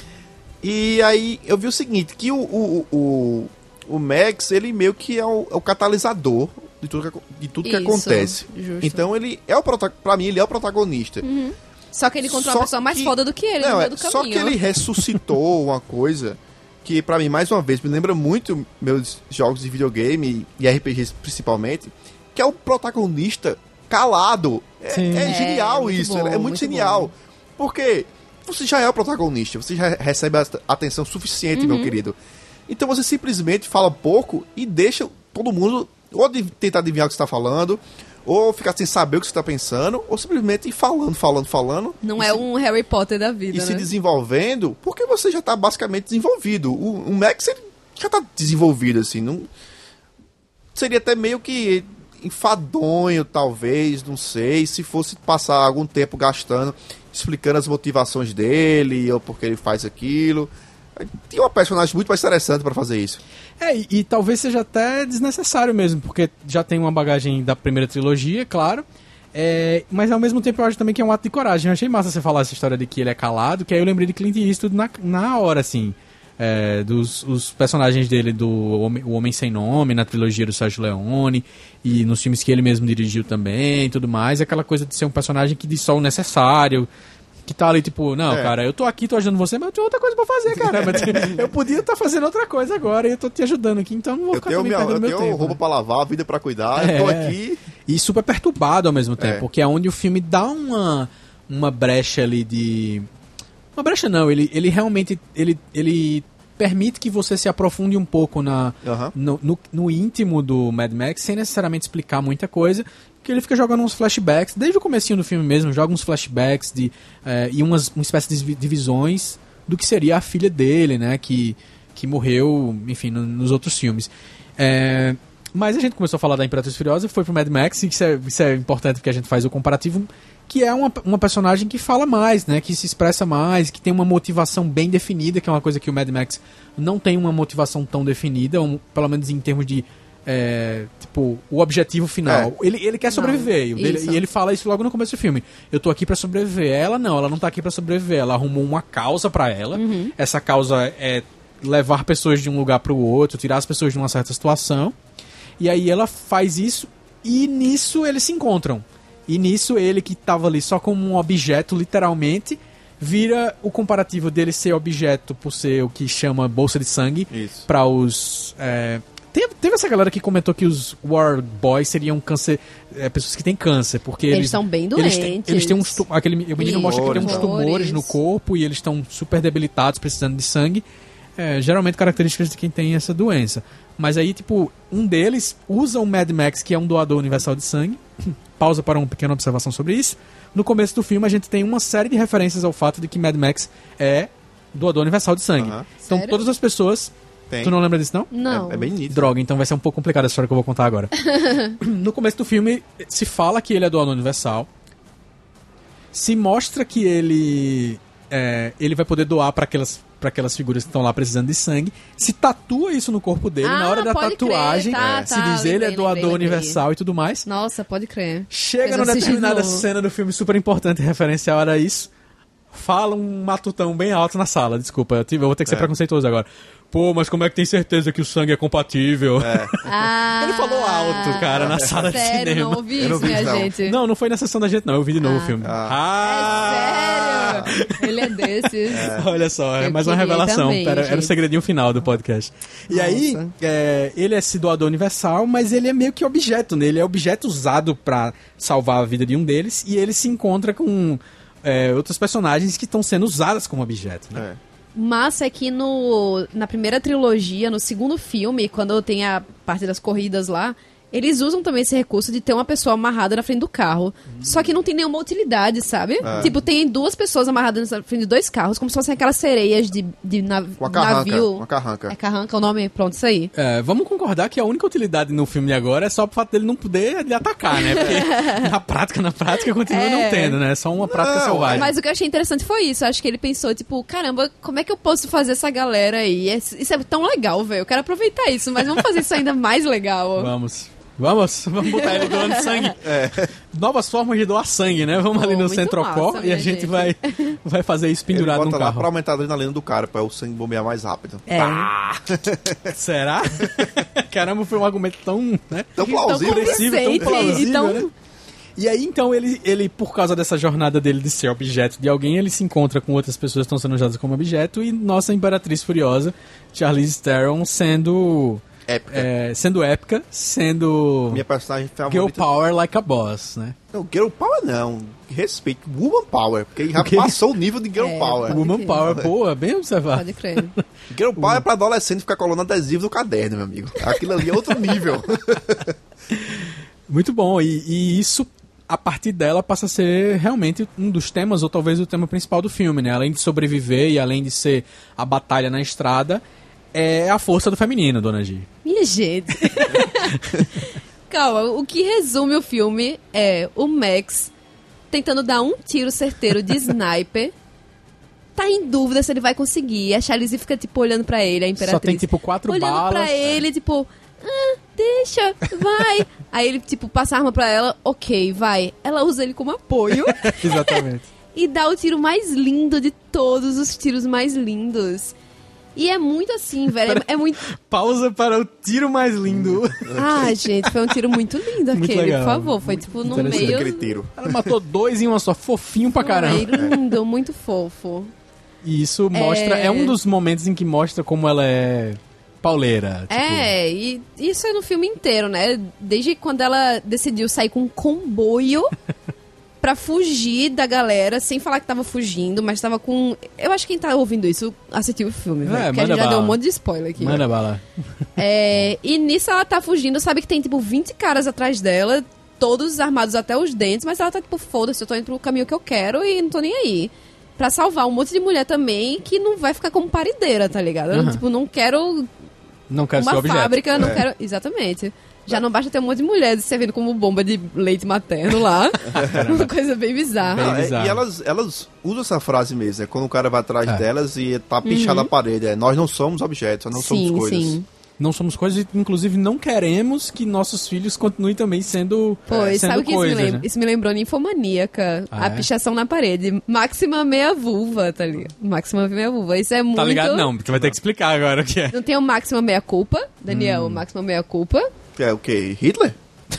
E aí eu vi o seguinte, que o, o, o, o Max, ele meio que é o, é o catalisador de tudo que, de tudo que Isso, acontece. Justo. Então ele é o protagonista, pra mim ele é o protagonista. Uhum. Só que ele encontrou só uma pessoa mais que, foda do que ele não, no meio é, do caminho. Só que ele ressuscitou uma coisa que pra mim, mais uma vez, me lembra muito meus jogos de videogame e R P Gs principalmente, que é o protagonista calado. É, é genial é, isso, bom, é muito, muito genial. Bom. Porque... você já é o protagonista, você já recebe a atenção suficiente, uhum. meu querido. Então você simplesmente fala pouco e deixa todo mundo ou de tentar adivinhar o que você está falando, ou ficar sem saber o que você está pensando, ou simplesmente ir falando, falando, falando. Não é se, um Harry Potter da vida, E né? se desenvolvendo, porque você já está basicamente desenvolvido. O, o Max ele já está desenvolvido, assim. Não, seria até meio que enfadonho, talvez, não sei, se fosse passar algum tempo gastando... explicando as motivações dele, ou porque ele faz aquilo. Tinha uma personagem muito mais interessante pra fazer isso. É, e, e talvez seja até desnecessário mesmo, porque já tem uma bagagem da primeira trilogia, claro. É, mas ao mesmo tempo eu acho também que é um ato de coragem. Eu achei massa você falar essa história de que ele é calado, que aí eu lembrei de Clint Eastwood na, na hora, assim. É, dos os personagens dele, do Homem, o Homem Sem Nome, na trilogia do Sergio Leone, e nos filmes que ele mesmo dirigiu também e tudo mais, aquela coisa de ser um personagem que diz só o necessário, que tá ali tipo, não, é. cara, eu tô aqui, tô ajudando você, mas eu tenho outra coisa pra fazer, caramba. Eu podia estar tá fazendo outra coisa agora e eu tô te ajudando aqui, então não vou eu ficar tenho também minha, perdendo eu meu tenho tempo. roupa né? pra lavar, vida pra cuidar, é. eu tô aqui... E super perturbado ao mesmo tempo, É. porque é onde o filme dá uma, uma brecha ali de... Uma brecha não, ele, ele realmente... Ele, ele permite que você se aprofunde um pouco na, Uhum. no, no, no íntimo do Mad Max, sem necessariamente explicar muita coisa, que ele fica jogando uns flashbacks, desde o comecinho do filme mesmo, joga uns flashbacks de, eh, e umas, uma espécie de divisões do que seria a filha dele, né, que, que morreu, enfim, no, nos outros filmes. É, mas a gente começou a falar da Imperatriz Furiosa, foi pro Mad Max, e isso é, isso é importante porque a gente faz o comparativo, que é uma, uma personagem que fala mais, né, que se expressa mais, que tem uma motivação bem definida, que é uma coisa que o Mad Max não tem uma motivação tão definida, um, pelo menos em termos de é, tipo, o objetivo final. É. Ele, ele quer sobreviver, não, ele, e ele fala isso logo no começo do filme. Eu tô aqui pra sobreviver. Ela não, ela não tá aqui pra sobreviver, ela arrumou uma causa pra ela, uhum. essa causa é levar pessoas de um lugar pro outro, tirar as pessoas de uma certa situação, e aí ela faz isso, e nisso eles se encontram. E nisso ele que tava ali só como um objeto, literalmente, vira o comparativo dele ser objeto por ser o que chama bolsa de sangue para os... É... Teve, teve essa galera que comentou que os War Boys seriam câncer, é, pessoas que têm câncer, porque eles... Eles são bem doentes. Eles têm, eles têm uns... Tu, aquele, o menino mostra que tem uns tumores no corpo e eles estão super debilitados, precisando de sangue. É, geralmente características de quem tem essa doença. Mas aí, tipo, um deles usa o Mad Max, que é um doador universal de sangue. Pausa para uma pequena observação sobre isso. No começo do filme a gente tem uma série de referências ao fato de que Mad Max é doador universal de sangue. Aham. Então Sério? todas as pessoas... Tem. Tu não lembra disso, não? Não. É, é bem nítido. Droga, então vai ser um pouco complicada a história que eu vou contar agora. No começo do filme, se fala que ele é doador universal. Se mostra que ele... É, ele vai poder doar para aquelas, pra aquelas figuras que estão lá precisando de sangue. Se tatua isso no corpo dele. Ah, Na hora da pode tatuagem, crer. Tá, se tá, diz ele é lembrei, doador lembrei, lembrei. universal e tudo mais. Nossa, pode crer. Chega Mas numa eu assisti de determinada novo. cena do filme super importante referencial a isso. Fala um matutão bem alto na sala. Desculpa, eu, tive, eu vou ter que ser É. preconceituoso agora. Pô, mas como é que tem certeza que o sangue é compatível? É. Ah, Ele falou alto, cara, na sala de sério, cinema. não ouvi Eu isso, não vi minha isso, não. gente. Não, não foi na sessão da gente, não. Eu vi de novo o filme. Ah. É sério? Ele é desses. Olha só, é Eu mais uma queria revelação. também, Pera, era o gente. segredinho final do podcast. E aí, Nossa. é, ele é esse doador universal, mas ele é meio que objeto, né? Ele é objeto usado pra salvar a vida de um deles, e ele se encontra com é, outras personagens que estão sendo usadas como objeto, né? É. Massa é que no, na primeira trilogia, no segundo filme, quando tem a parte das corridas lá, eles usam também esse recurso de ter uma pessoa amarrada na frente do carro. Só que não tem nenhuma utilidade, sabe? É. Tipo, tem duas pessoas amarradas na frente de dois carros, como se fossem aquelas sereias de, de nav Uma carranca. navio. Uma carranca. É carranca o nome? Pronto, isso aí. É, vamos concordar que a única utilidade no filme de agora é só o fato dele não poder lhe atacar, né? Porque na prática, na prática, continua É. não tendo, né? É só uma prática Não, selvagem. Mas o que eu achei interessante foi isso. Acho que ele pensou, tipo, caramba, como é que eu posso fazer essa galera aí? Isso é tão legal, velho. Eu quero aproveitar isso, mas vamos fazer isso ainda mais legal. Vamos. Vamos, vamos botar ele doando sangue. Novas formas de doar sangue, né? Vamos Pô, ali no muito Centrocó massa, e a minha gente gente. vai, vai fazer isso Ele pendurado bota num lá carro. pra aumentar a adrenalina do cara, pra o sangue bombear mais rápido. É. Será? Caramba, foi um argumento tão, né? Tão plausível, tão né? Agressivo, tão convincente, plausível, então- né? E aí, então, ele, ele, por causa dessa jornada dele de ser objeto de alguém, ele se encontra com outras pessoas que estão sendo usadas como objeto e nossa Imperatriz Furiosa, Charlize Theron, sendo... Épica. é, sendo épica, sendo... Minha personagem Girl favorita. Power like a boss, né? Não, Girl Power não. Respeito. Woman Power. Porque ele já quê? passou o nível de Girl É, Power. pode Woman crer. Power, boa, bem observado. Pode crer. Girl Power é pra adolescente ficar colando adesivo no caderno, meu amigo. Aquilo ali é outro nível. Muito bom, e, e isso, a partir dela, passa a ser realmente um dos temas, ou talvez o tema principal do filme, né? Além de sobreviver e além de ser a batalha na estrada, é a força do feminino, Dona G. Minha gente. Calma, o que resume o filme é o Max tentando dar um tiro certeiro de sniper. Tá em dúvida se ele vai conseguir. A Charlize fica, tipo, olhando pra ele, a Imperatriz. Só tem, tipo, quatro olhando balas. pra ele, tipo... Ah, deixa, vai. Aí ele, tipo, passa a arma pra ela. Ok, vai. Ela usa ele como apoio. Exatamente. E dá o tiro mais lindo de todos os tiros mais lindos. E é muito assim, velho. É, é muito... Pausa para o tiro mais lindo. Ah, gente, foi um tiro muito lindo Muito aquele, legal. por favor. Foi, tipo, no Interessante meio... Aquele tiro. Ela matou dois em uma só, fofinho pra caramba. Foi lindo, muito fofo. E isso mostra, é... É. um dos momentos em que mostra como ela é pauleira. Tipo, É, e isso é no filme inteiro, né? Desde quando ela decidiu sair com um comboio pra fugir da galera, sem falar que tava fugindo, mas tava com... Eu acho que quem tá ouvindo isso assistiu o filme, velho. É, Porque a manda gente já bala. deu um monte de spoiler aqui. Manda bala. É, e nisso ela tá fugindo, sabe que tem, tipo, vinte caras atrás dela, todos armados até os dentes, mas ela tá, tipo, foda-se, eu tô indo pro caminho que eu quero e não tô nem aí. Pra salvar um monte de mulher também que não vai ficar como parideira, tá ligado? Eu, Uhum. tipo, não quero Não quero ser uma objeto. fábrica, não É. quero... Exatamente. Já não basta ter um monte de mulheres servindo como bomba de leite materno lá. Uma coisa bem bizarra. Bem Não, é- bizarro. e elas, elas usam essa frase mesmo, é quando o cara vai atrás É. delas e tá pichado na parede. É, nós não somos objetos, nós não somos Sim, coisas. sim. Não somos coisas, e, inclusive não queremos que nossos filhos continuem também sendo, Pois, sendo sabe o que isso me, coisas, lembra? né? Isso me lembrou Ninfomaníaca. Ah, a é? pichação na parede. Máxima meia vulva, tá ligado? Máxima meia vulva. Isso é muito... Tá ligado? Não, porque vai ter que explicar agora o que é. Não tem o máxima meia culpa, Daniel? Hum. O máxima meia culpa. Que é o quê? Hitler?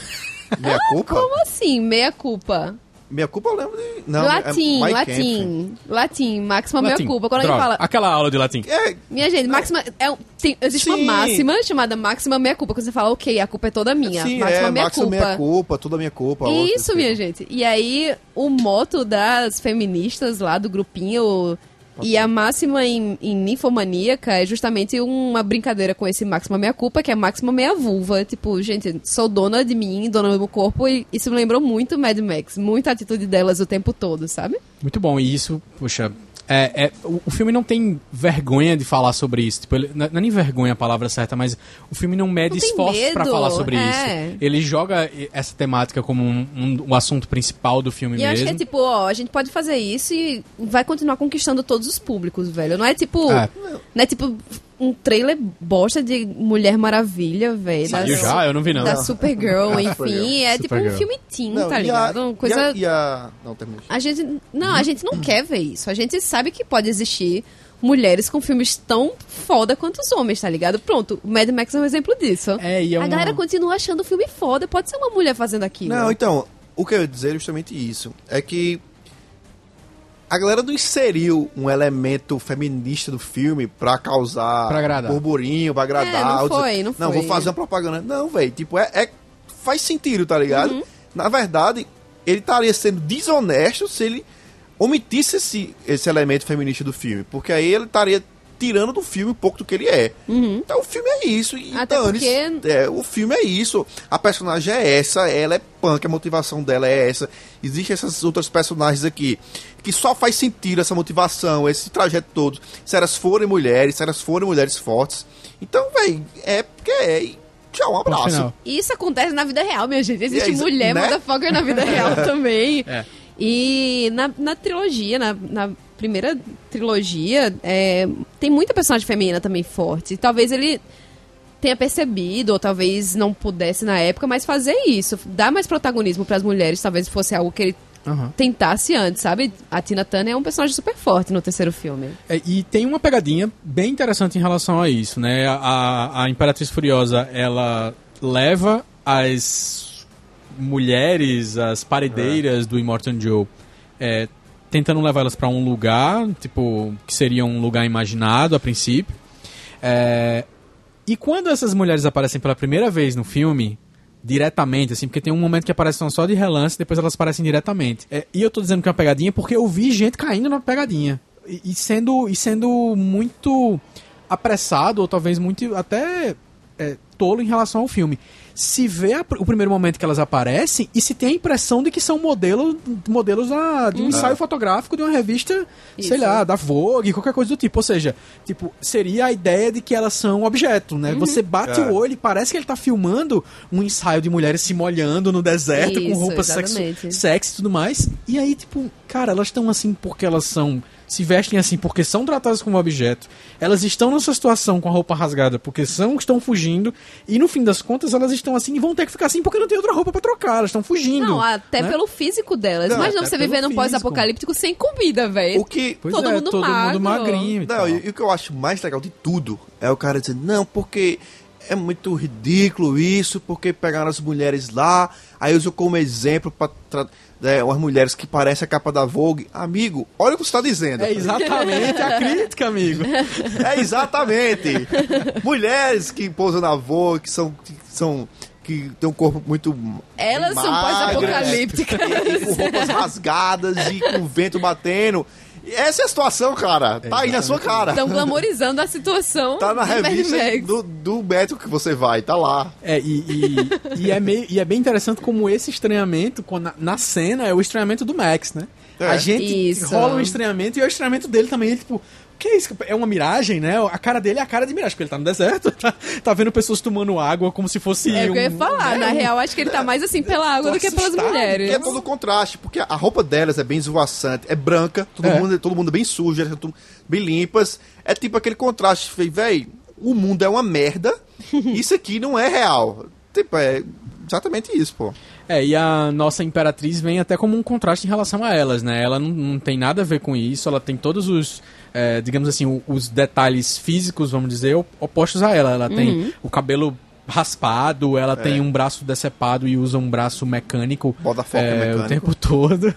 Meia culpa? Como assim, meia culpa? Minha culpa eu lembro de... Não, latim, é Mike latim. Latim, máxima Latim. meia culpa. Quando Droga, alguém fala... aquela aula de latim. É, Minha gente, máxima... É, um- tem- existe Sim. uma máxima chamada máxima meia culpa. Quando você fala, ok, a culpa é toda minha. sim, máxima é, meia máxima culpa. minha culpa, tudo a minha culpa. outra, Isso, assim. minha gente. E aí, o moto das feministas lá do grupinho e a máxima em, em ninfomaníaca é justamente uma brincadeira com esse máxima meia culpa, que é máxima meia vulva. Tipo, gente, sou dona de mim, dona do meu corpo, e isso me lembrou muito Mad Max. Muita atitude delas o tempo todo, sabe? Muito bom, e isso, puxa, É, é, o, o filme não tem vergonha de falar sobre isso. Tipo, ele, não é nem vergonha a palavra certa, mas o filme não mede Não tem esforços pra medo, falar sobre é. isso. Ele joga essa temática como um, um, um assunto principal do filme E eu mesmo. acho que é tipo, ó, a gente pode fazer isso e vai continuar conquistando todos os públicos, velho. Não é tipo. É. Não é tipo um trailer bosta de Mulher Maravilha, velho. Saiu das- já? Eu não vi, não. Da Supergirl, enfim. Supergirl. É tipo um Supergirl. filme teen, Não, tá e a- ligado? Uma coisa. E a, e a... Não, termina. A gente. Não, a gente não quer ver isso. A gente sabe que pode existir mulheres com filmes tão foda quanto os homens, tá ligado? Pronto, o Mad Max é um exemplo disso. É, e é A uma- galera continua achando o filme foda. Pode ser uma mulher fazendo aquilo. Não, então, o que eu ia dizer é justamente isso. É que a galera não inseriu um elemento feminista do filme pra causar Pra agradar. burburinho, pra agradar. É, não ou dizer, foi, não Não, foi. vou fazer uma propaganda. Não, velho, tipo, é, é- faz sentido, tá ligado? Uhum. Na verdade, ele estaria sendo desonesto se ele omitisse esse, esse elemento feminista do filme. Porque aí ele estaria tirando do filme um pouco do que ele é. Então o filme é isso. E Até dane-se. porque- É, o filme é isso. A personagem é essa, ela é punk, a motivação dela é essa. Existem essas outras personagens aqui que só faz sentido essa motivação, esse trajeto todo. Se elas forem mulheres, se elas forem mulheres fortes. Então, véi, é porque é. E tchau, um Ponto abraço. final. Isso acontece na vida real, minha gente. Existe E é isso, mulher né? motherfucker na vida real também. É. E na, na trilogia, na, na primeira trilogia, é, tem muita personagem feminina também forte. Talvez ele tenha percebido, ou talvez não pudesse na época, mas fazer isso, dar mais protagonismo para as mulheres, talvez fosse algo que ele Aham. tentasse antes, sabe? A Tina Turner é um personagem super forte no terceiro filme. É, e tem uma pegadinha bem interessante em relação a isso, né? A, a Imperatriz Furiosa, ela leva as mulheres, as paredeiras do Immortan Joe, é, tentando levar elas pra um lugar, tipo, que seria um lugar imaginado a princípio. É, e quando essas mulheres aparecem pela primeira vez no filme, diretamente, assim, porque tem um momento que aparecem só de relance, depois elas aparecem diretamente. É, e eu tô dizendo que é uma pegadinha porque eu vi gente caindo na pegadinha. E, e sendo, e sendo muito apressado, ou talvez muito até é, tolo em relação ao filme. Se vê a- o primeiro momento que elas aparecem e se tem a impressão de que são modelos, modelos da- de um ensaio fotográfico de uma revista, sei Isso. lá, da Vogue, qualquer coisa do tipo. Ou seja, tipo, seria a ideia de que elas são objeto, né? Você bate É. o olho e parece que ele tá filmando um ensaio de mulheres se molhando no deserto com Isso, roupas sexo, exatamente. sexy e tudo mais. E aí, tipo, cara, elas estão assim porque elas são... Se vestem assim porque são tratadas como objeto. Elas estão nessa situação com a roupa rasgada porque são, estão fugindo. E no fim das contas, elas estão assim e vão ter que ficar assim porque não tem outra roupa pra trocar. Elas estão fugindo. Não, até né? pelo físico delas. Não, Imagina até você pelo viver num físico. pós-apocalíptico sem comida, velho. O que. Pois todo é, mundo todo magro. mundo magrinho e Não, tal. e, e o que eu acho mais legal de tudo é o cara dizer, não, porque é muito ridículo isso, porque pegaram as mulheres lá, aí usam como exemplo pra tra- é, umas mulheres que parecem a capa da Vogue. Amigo, olha o que você está dizendo. É exatamente a crítica, amigo. É exatamente. Mulheres que pousam na Vogue, que são. Que são que tem um corpo muito Elas são magras, pós-apocalípticas. e, e com roupas rasgadas e com o vento batendo. E essa é a situação, cara. Tá aí na sua cara. Estão glamorizando a situação. Tá na de Mad revista Max. do, do médico que você vai, tá lá. É, e, e, e é meio, e é bem interessante como esse estranhamento, quando na, na cena, é o estranhamento do Max, né? É. A gente Isso. rola um estranhamento e é o estranhamento dele também. Ele, tipo, o que é isso? É uma miragem, né? A cara dele é a cara de miragem, porque ele tá no deserto, tá, tá vendo pessoas tomando água como se fosse. É o que eu ia um- falar. né, Na um- real, acho que ele tá mais assim pela água Tô do que pelas assustado, mulheres. Que é todo o contraste, porque a roupa delas é bem esvoaçante, é branca, todo, É. Mundo, todo mundo bem sujo, elas são bem limpas. É tipo aquele contraste, véi, o mundo é uma merda, isso aqui não é real. Tipo, é exatamente isso, pô. É, e a nossa Imperatriz vem até como um contraste em relação a elas, né? Ela não, não tem nada a ver com isso, ela tem todos os, é, digamos assim, o- os detalhes físicos, vamos dizer, op- opostos a ela. Ela tem o cabelo raspado, ela tem um braço decepado e usa um braço mecânico, Botafogo é, mecânico. o tempo todo.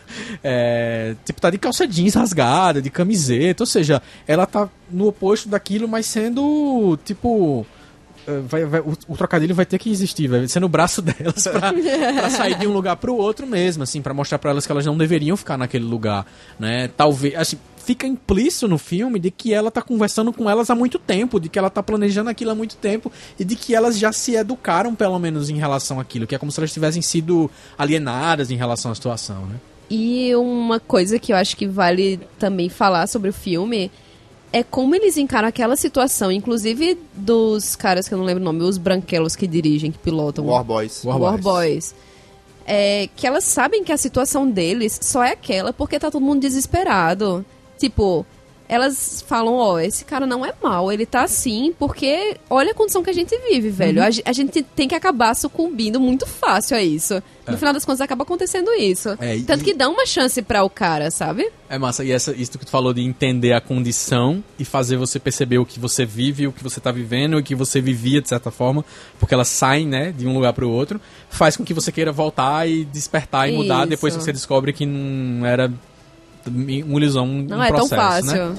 É, tipo, tá de calça jeans rasgada, de camiseta, ou seja, ela tá no oposto daquilo, mas sendo, tipo... Uh, vai- vai- o, o trocadilho vai ter que existir, vai ser no braço delas pra, pra sair de um lugar pro outro mesmo, assim, pra mostrar pra elas que elas não deveriam ficar naquele lugar, né? Talvez, assim, fica implícito no filme de que ela tá conversando com elas há muito tempo, de que ela tá planejando aquilo há muito tempo e de que elas já se educaram, pelo menos, em relação àquilo, que é como se elas tivessem sido alienadas em relação à situação, né? E uma coisa que eu acho que vale também falar sobre o filme é como eles encaram aquela situação, inclusive dos caras que eu não lembro o nome, os branquelos que dirigem, que pilotam. War Boys. War War Boys. Boys. É, que elas sabem que a situação deles só é aquela porque tá todo mundo desesperado. Tipo, elas falam, ó, esse cara não é mal, ele tá assim porque olha a condição que a gente vive, velho. Uhum. A, ge- a gente tem que acabar sucumbindo muito fácil a isso. No É. final das contas, acaba acontecendo isso. É, e- Tanto que dá uma chance pra o cara, sabe? É massa, e essa, isso que tu falou de entender a condição e fazer você perceber o que você vive, o que você tá vivendo, o que você vivia, de certa forma, porque elas saem, né, de um lugar pro outro, faz com que você queira voltar e despertar e mudar Isso. depois que você descobre que não era uma ilusão, um Não é processo, tão fácil. né?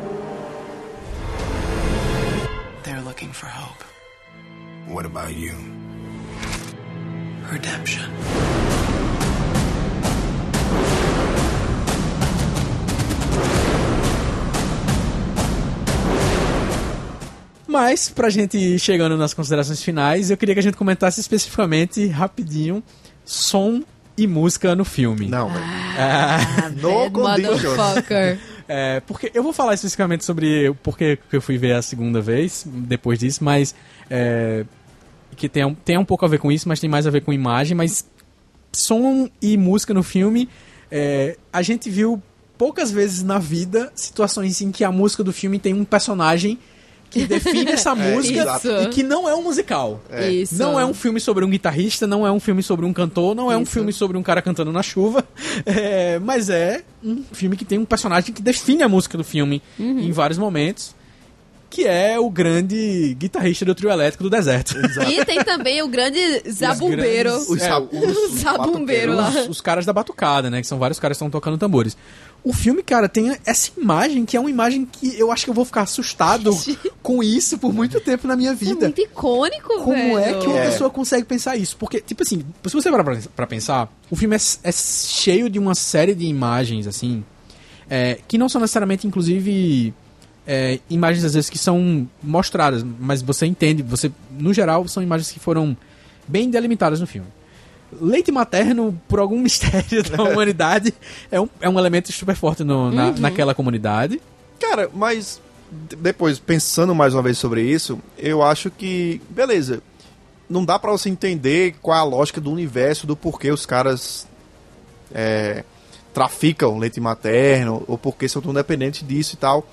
They're looking for hope, What about you? redemption. Mas, pra gente ir chegando nas considerações finais, eu queria que a gente comentasse especificamente, rapidinho, som e música no filme. Não, velho. Ah, No bad conditions. motherfucker. É, porque eu vou falar especificamente sobre o porquê que eu fui ver a segunda vez, depois disso, mas é, que tem, um- tem um pouco a ver com isso, mas tem mais a ver com imagem, mas som e música no filme, é, a gente viu poucas vezes na vida situações em que a música do filme tem um personagem que define essa música exato. e que não é um musical. Isso. Não é um filme sobre um guitarrista, não é um filme sobre um cantor, não é um Isso. filme sobre um cara cantando na chuva, é, mas é um filme que tem um personagem que define a música do filme Uhum. em vários momentos, que é o grande guitarrista do trio elétrico do deserto. E tem também o grande zabumbeiro. grandes- Os, É, sa- os, os zabumbeiro lá. Os, os caras da batucada, né? Que são vários caras que estão tocando tambores. O filme, cara, tem essa imagem que é uma imagem que eu acho que eu vou ficar assustado com isso por muito tempo na minha É vida. muito icônico, Como velho. é que uma É. pessoa consegue pensar isso? Porque, tipo assim, se você parar pra, pra pensar, o filme é, é cheio de uma série de imagens, assim, é, que não são necessariamente, inclusive, é, imagens, às vezes, que são mostradas, mas você entende, você, no geral, são imagens que foram bem delimitadas no filme. Leite materno, por algum mistério da humanidade, é um, é um elemento super forte no, na, naquela comunidade. Cara, mas d- depois, pensando mais uma vez sobre isso, eu acho que, beleza, não dá pra você entender qual é a lógica do universo, do porquê os caras é, traficam leite materno, ou porque são tão dependentes disso e tal.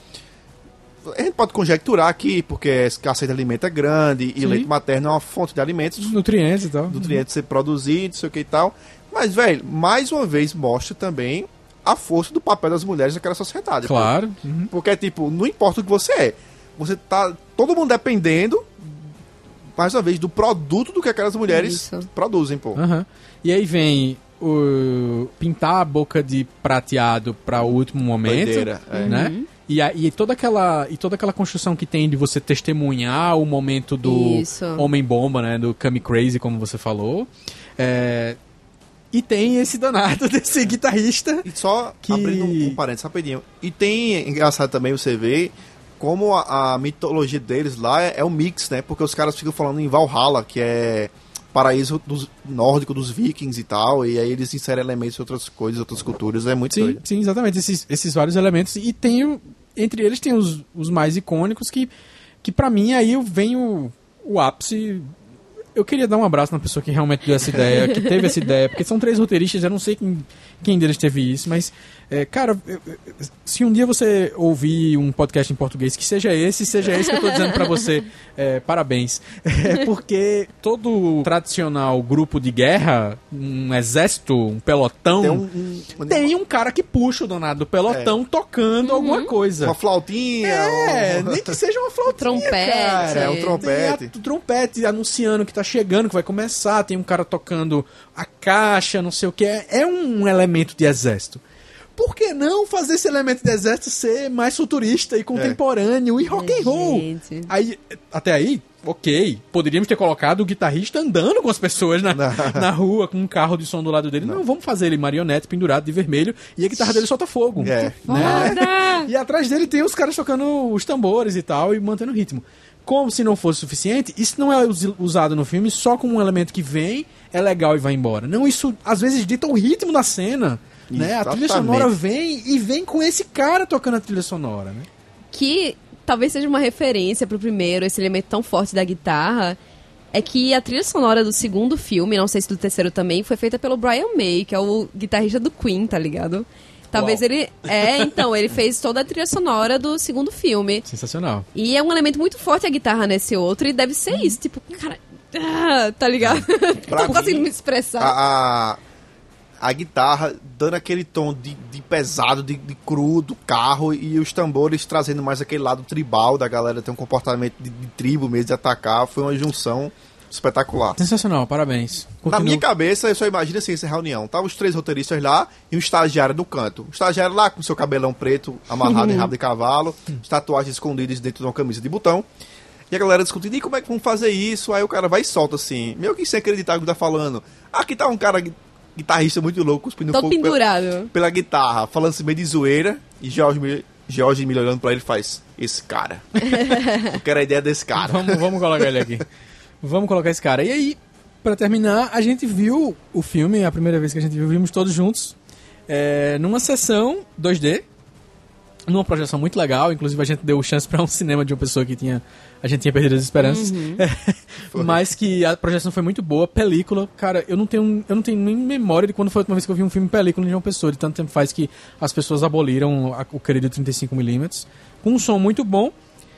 A gente pode conjecturar aqui, porque a escassez de alimento é grande, e Sim. leite materno é uma fonte de alimentos, Nutrientes e tal. nutrientes ser produzidos, não sei o que e tal. Mas, velho, mais uma vez mostra também a força do papel das mulheres naquela sociedade. Claro. Uhum. Porque, tipo, não importa o que você é. Você tá todo mundo dependendo, mais uma vez, do produto do que aquelas mulheres Isso. produzem, pô. Aham. E aí vem o pintar a boca de prateado para o último momento, Doideira, é. né? E, a, e, toda aquela, e toda aquela construção que tem de você testemunhar o momento do Isso. Homem-Bomba, né? Do Come Crazy, como você falou. É, e tem esse danado desse guitarrista. E só Que- abrindo um, um parênteses rapidinho. E tem, engraçado também você ver como a, a mitologia deles lá é, é um mix, né? Porque os caras ficam falando em Valhalla, que é paraíso dos, nórdico dos vikings e tal, e aí eles inserem elementos de outras coisas, outras culturas, é muito Sim, doido. sim, exatamente. Esses, esses vários elementos. E tem, o- entre eles, tem os, os mais icônicos que, que para mim, aí vem o, o ápice. Eu queria dar um abraço na pessoa que realmente deu essa ideia, que teve essa ideia, porque são três roteiristas, eu não sei quem, quem deles teve isso, mas, é, cara, eu- eu- se um dia você ouvir um podcast em português, que seja esse, seja esse que eu tô dizendo pra você, é, parabéns. É porque todo tradicional grupo de guerra, um exército, um pelotão, Tem um, um- tem um cara que puxa o danado do pelotão tocando alguma coisa. uma flautinha, É, um- nem que seja uma flautinha, Trompete. cara. É, um Tem trompete. a- o trompete anunciando que tá chegando, que vai começar. Tem um cara tocando a caixa, não sei o que. É, é um elemento de exército. Por que não fazer esse elemento de exército ser mais futurista e contemporâneo e rock and roll? Gente. Aí, até aí, ok. Poderíamos ter colocado o guitarrista andando com as pessoas na, na rua, com um carro de som do lado dele. Não, vamos fazer ele marionete pendurado de vermelho e a guitarra dele solta fogo. É. Né? E atrás dele tem os caras tocando os tambores e tal, e mantendo o ritmo. Como se não fosse suficiente, isso não é us- usado no filme só como um elemento que vem, é legal e vai embora. Não, isso às vezes dita o ritmo da cena. né? A trilha Exatamente. sonora vem e vem com esse cara tocando a trilha sonora, né? Que talvez seja uma referência pro primeiro, esse elemento tão forte da guitarra, é que a trilha sonora do segundo filme, não sei se do terceiro também, foi feita pelo Brian May, que é o guitarrista do Queen, tá ligado? Talvez Uau. ele... É, então, ele fez toda a trilha sonora do segundo filme. Sensacional. E é um elemento muito forte a guitarra nesse outro, e deve ser isso, tipo, cara... Ah, tá ligado? Pra Tô conseguindo mim, me expressar. A, a, a guitarra dando aquele tom de, de pesado, de, de cru do carro, e os tambores trazendo mais aquele lado tribal da galera ter um comportamento de, de tribo mesmo, de atacar. Foi uma junção espetacular. Sensacional, parabéns. Na Continua. minha cabeça, eu só imagino assim, essa reunião. Tava os três roteiristas lá e um estagiário no canto. O estagiário lá com seu cabelão preto, amarrado em rabo de cavalo, as tatuagens escondidas dentro de uma camisa de botão. E a galera discutindo, e como é que vamos fazer isso? Aí o cara vai e solta assim, meio que sem acreditar no que tá falando. Aqui tá um cara gui- guitarrista muito louco, cuspindo Tô fogo pela, pendurado. pela guitarra, falando assim meio de zoeira. E George me, George me olhando pra ele faz, esse cara. Eu quero a ideia desse cara. Vamos, vamos colocar ele aqui. Vamos colocar esse cara. E aí, pra terminar, a gente viu o filme, a primeira vez que a gente viu, vimos todos juntos, é, numa sessão dois D, numa projeção muito legal. Inclusive, a gente deu chance pra um cinema de uma pessoa que tinha... A gente tinha perdido as esperanças. Uhum. Mas que a projeção foi muito boa. Película, cara, eu não tenho, eu não tenho nem memória de quando foi a última vez que eu vi um filme película de uma pessoa. De tanto tempo faz que as pessoas aboliram a, o querido trinta e cinco milímetros. Com um som muito bom.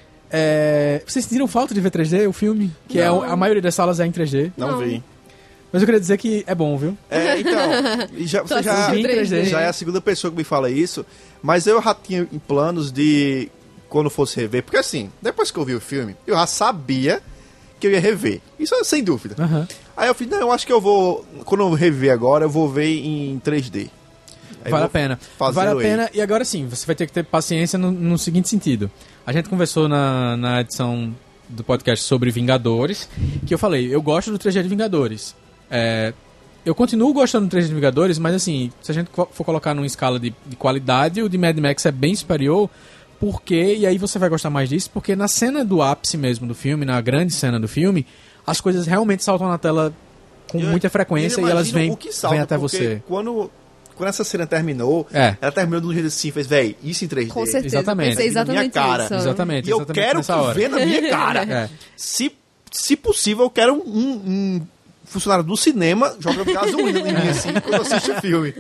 É... Vocês sentiram falta de ver três D, o filme? Que é, a maioria das salas é em três D. Não, Não. vi. Mas eu queria dizer que é bom, viu? É, então, e já, você Tô já, assistindo três D. já é a segunda pessoa que me fala isso, mas eu já tinha em planos de, quando fosse rever, porque assim, depois que eu vi o filme, eu já sabia que eu ia rever, isso é sem dúvida. Aham. Aí eu falei, não, eu acho que eu vou, quando eu rever agora, eu vou ver em três D. Aí Vale eu a pena. fazer Vale a o pena. E agora sim, você vai ter que ter paciência no, no seguinte sentido. A gente conversou na, na edição do podcast sobre Vingadores, que eu falei, eu gosto do três D de Vingadores. É, eu continuo gostando do três D de Vingadores, mas assim, se a gente co- for colocar numa escala de, de qualidade, o de Mad Max é bem superior, porque, e aí você vai gostar mais disso, porque na cena do ápice mesmo do filme, na grande cena do filme, as coisas realmente saltam na tela com Eu- muita frequência eu e elas imagino vêm, o que salta, vêm até porque você. Quando, quando essa cena terminou, É. ela terminou de um jeito assim, fez, véi, isso em três D. Com certeza. Exatamente. Eu pensei Na minha exatamente cara. isso. Exatamente, E eu exatamente quero nessa que hora. ver na minha cara. É. Se, se possível, eu quero um, um funcionário do cinema jogando gasolina em mim, assim, quando eu assisto o filme.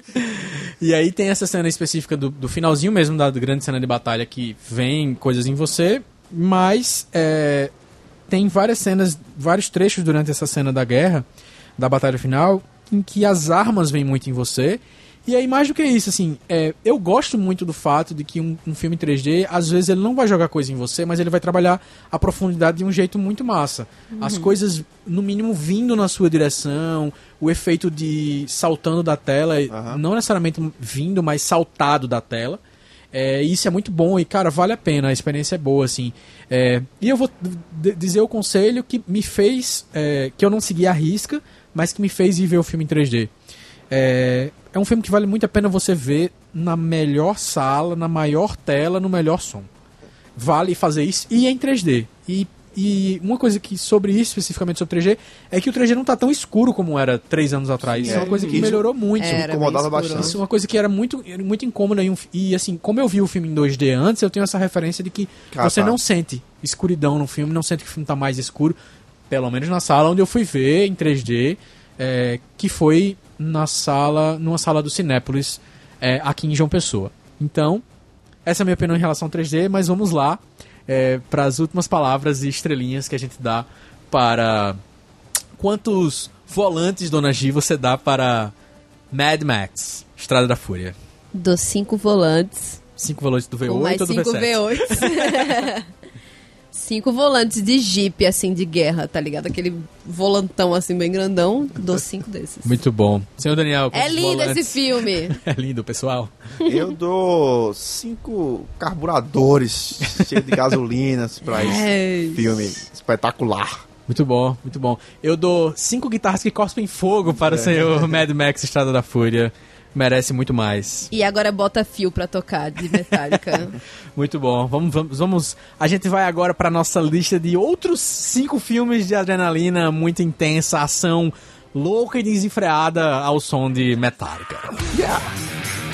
E aí tem essa cena específica do, do finalzinho mesmo da grande cena de batalha que vem coisas em você, mas é, tem várias cenas, vários trechos durante essa cena da guerra, da batalha final, em que as armas vêm muito em você. E aí mais do que isso, assim, é, eu gosto muito do fato de que um, um filme três D, às vezes ele não vai jogar coisa em você, mas ele vai trabalhar a profundidade de um jeito muito massa. As coisas, no mínimo, vindo na sua direção, o efeito de saltando da tela, Aham. não necessariamente vindo, mas saltado da tela. É, isso é muito bom e, cara, vale a pena, a experiência é boa, assim. É, e eu vou d- dizer o conselho que me fez, é, que eu não segui a risca, mas que me fez ir ver o filme em três D. É, é um filme que vale muito a pena você ver na melhor sala, na maior tela, no melhor som. Vale fazer isso e é em três D. E, e uma coisa que sobre isso, especificamente sobre três D, é que o três D não tá tão escuro como era três anos atrás. Isso é uma coisa que Isso- melhorou muito. Era bem incomodava escuro. bastante. Isso é uma coisa que era muito, muito incômoda. E, um- e, assim, como eu vi o filme em dois D antes, eu tenho essa referência de que Ah, você tá. não sente escuridão no filme, não sente que o filme tá mais escuro. Pelo menos na sala onde eu fui ver em três D, é, que foi na sala, numa sala do Cinépolis, é, aqui em João Pessoa. Então, essa é a minha opinião em relação ao três D, mas vamos lá é, para as últimas palavras e estrelinhas que a gente dá para... Quantos volantes, Dona Gi, você dá para Mad Max, Estrada da Fúria? Dos cinco volantes. Cinco volantes do V Com mais oito ou do V cinco sete? V oito. Cinco volantes de Jeep, assim, de guerra, tá ligado? Aquele volantão, assim, bem grandão. Dou cinco desses. Muito bom. Senhor Daniel, É quantos lindo volantes? esse filme. É lindo, pessoal. Eu dou cinco carburadores cheios de gasolinas pra esse É. filme espetacular. Muito bom, muito bom. Eu dou cinco guitarras que cospem fogo para o senhor Mad Max Estrada da Fúria. Merece muito mais. E agora bota fio pra tocar, de Metallica. Muito bom. Vamos, vamos, vamos. A gente vai agora para nossa lista de outros cinco filmes de adrenalina muito intensa, ação louca e desenfreada ao som de Metallica. Yeah.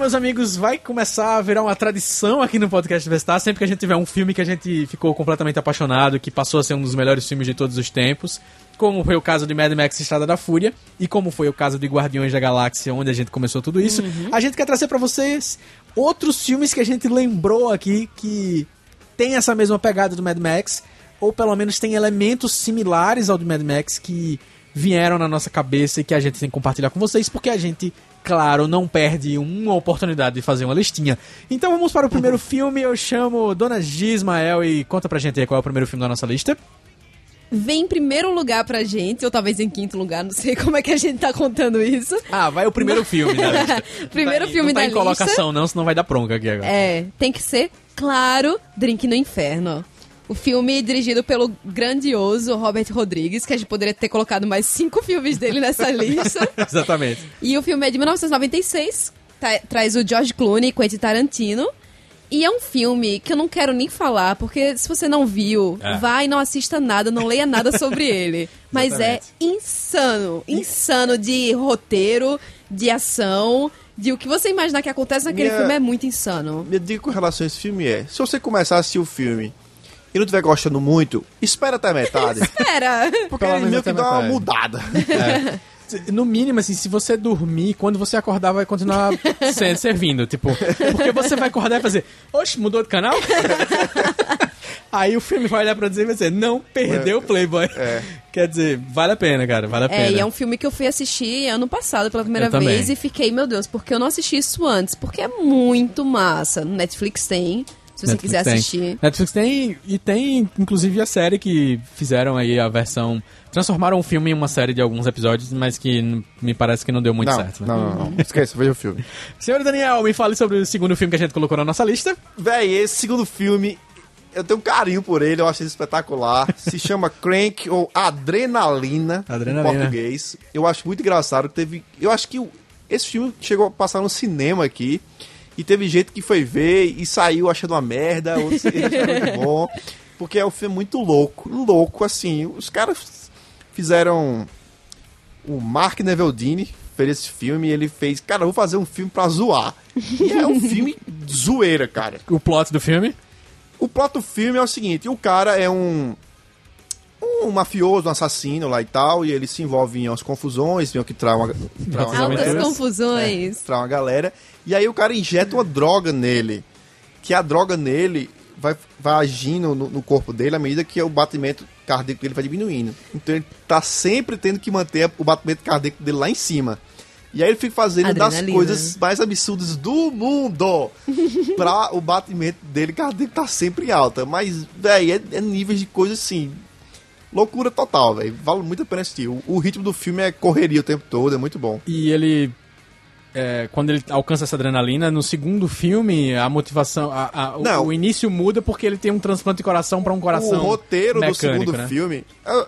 meus amigos, vai começar a virar uma tradição aqui no Podcast Vestar. Sempre que a gente tiver um filme que a gente ficou completamente apaixonado, que passou a ser um dos melhores filmes de todos os tempos, como foi o caso de Mad Max Estrada da Fúria, e como foi o caso de Guardiões da Galáxia, onde a gente começou tudo isso, uhum. a gente quer trazer pra vocês outros filmes que a gente lembrou aqui, que tem essa mesma pegada do Mad Max, ou pelo menos tem elementos similares ao do Mad Max que vieram na nossa cabeça e que a gente tem que compartilhar com vocês, porque a gente, claro, não perde uma oportunidade de fazer uma listinha. Então vamos para o primeiro filme. Eu chamo Dona Gismael e conta pra gente aí qual é o primeiro filme da nossa lista. Vem em primeiro lugar pra gente, ou talvez em quinto lugar, não sei como é que a gente tá contando isso. Ah, vai o primeiro filme da lista. Primeiro tá, filme não tá da em lista. colocação não, senão vai dar bronca aqui agora. É, tem que ser, claro, Drink no Inferno. O filme dirigido pelo grandioso Robert Rodrigues, que a gente poderia ter colocado mais cinco filmes dele nessa lista. Exatamente. E o filme é de mil novecentos e noventa e seis, tá, traz o George Clooney e Quentin Tarantino. E é um filme que eu não quero nem falar, porque se você não viu, é. vai e não assista nada, não leia nada sobre ele. Mas Exatamente. é insano, insano de roteiro, de ação, de o que você imaginar que acontece naquele minha, filme é muito insano. Minha dica com relação a esse filme é, se você começar a assistir o filme e não estiver gostando muito, espera até a metade. Espera! Porque ele meio que dá uma mudada. É. No mínimo, assim, se você dormir, quando você acordar vai continuar ser, servindo, tipo, porque você vai acordar e fazer, oxe, mudou de canal? Aí o filme vai olhar pra dizer e vai dizer, não, perdeu o Playboy. É. Quer dizer, vale a pena, cara, vale a pena. É, e é um filme que eu fui assistir ano passado pela primeira eu vez também. E fiquei, meu Deus, porque eu não assisti isso antes? Porque é muito massa. No Netflix tem... Se você Netflix quiser tem. assistir. Netflix tem, e tem inclusive a série que fizeram aí a versão... Transformaram o filme em uma série de alguns episódios, mas que n- me parece que não deu muito não, certo. Né? Não, não, não. Esqueça, veja o filme. Senhor Daniel, me fale sobre o segundo filme que a gente colocou na nossa lista. Véi, esse segundo filme, eu tenho um carinho por ele, eu acho ele espetacular. Se chama Crank ou Adrenalina, Adrenalina. em português. Eu acho muito engraçado que teve... Eu acho que esse filme chegou a passar no cinema aqui. E teve gente que foi ver e saiu achando uma merda, outros acharam muito bom. Porque é um filme muito louco, louco, assim. Os caras fizeram... O Mark Neveldine fez esse filme e ele fez... Cara, eu vou fazer um filme pra zoar. E é um filme zoeira, cara. O plot do filme? O plot do filme é o seguinte, o cara é um... Um mafioso, um assassino lá e tal, e ele se envolve em umas confusões, meio que trai uma, trai uma Altas galera. confusões. É, trai uma galera. E aí o cara injeta uma droga nele, que a droga nele vai, vai agindo no, no corpo dele à medida que o batimento cardíaco dele vai diminuindo. Então ele tá sempre tendo que manter o batimento cardíaco dele lá em cima. E aí ele fica fazendo Adrenalina. das coisas mais absurdas do mundo pra o batimento dele cardíaco tá sempre em alta. Mas, velho, é, é níveis de coisa assim... Loucura total, velho. Vale muito a pena assistir. O, o ritmo do filme é correria o tempo todo, é muito bom. E ele... É, quando ele alcança essa adrenalina, no segundo filme, a motivação... A, a, Não. O, o início muda porque ele tem um transplante de coração pra um coração O roteiro mecânico, do segundo né? filme... É,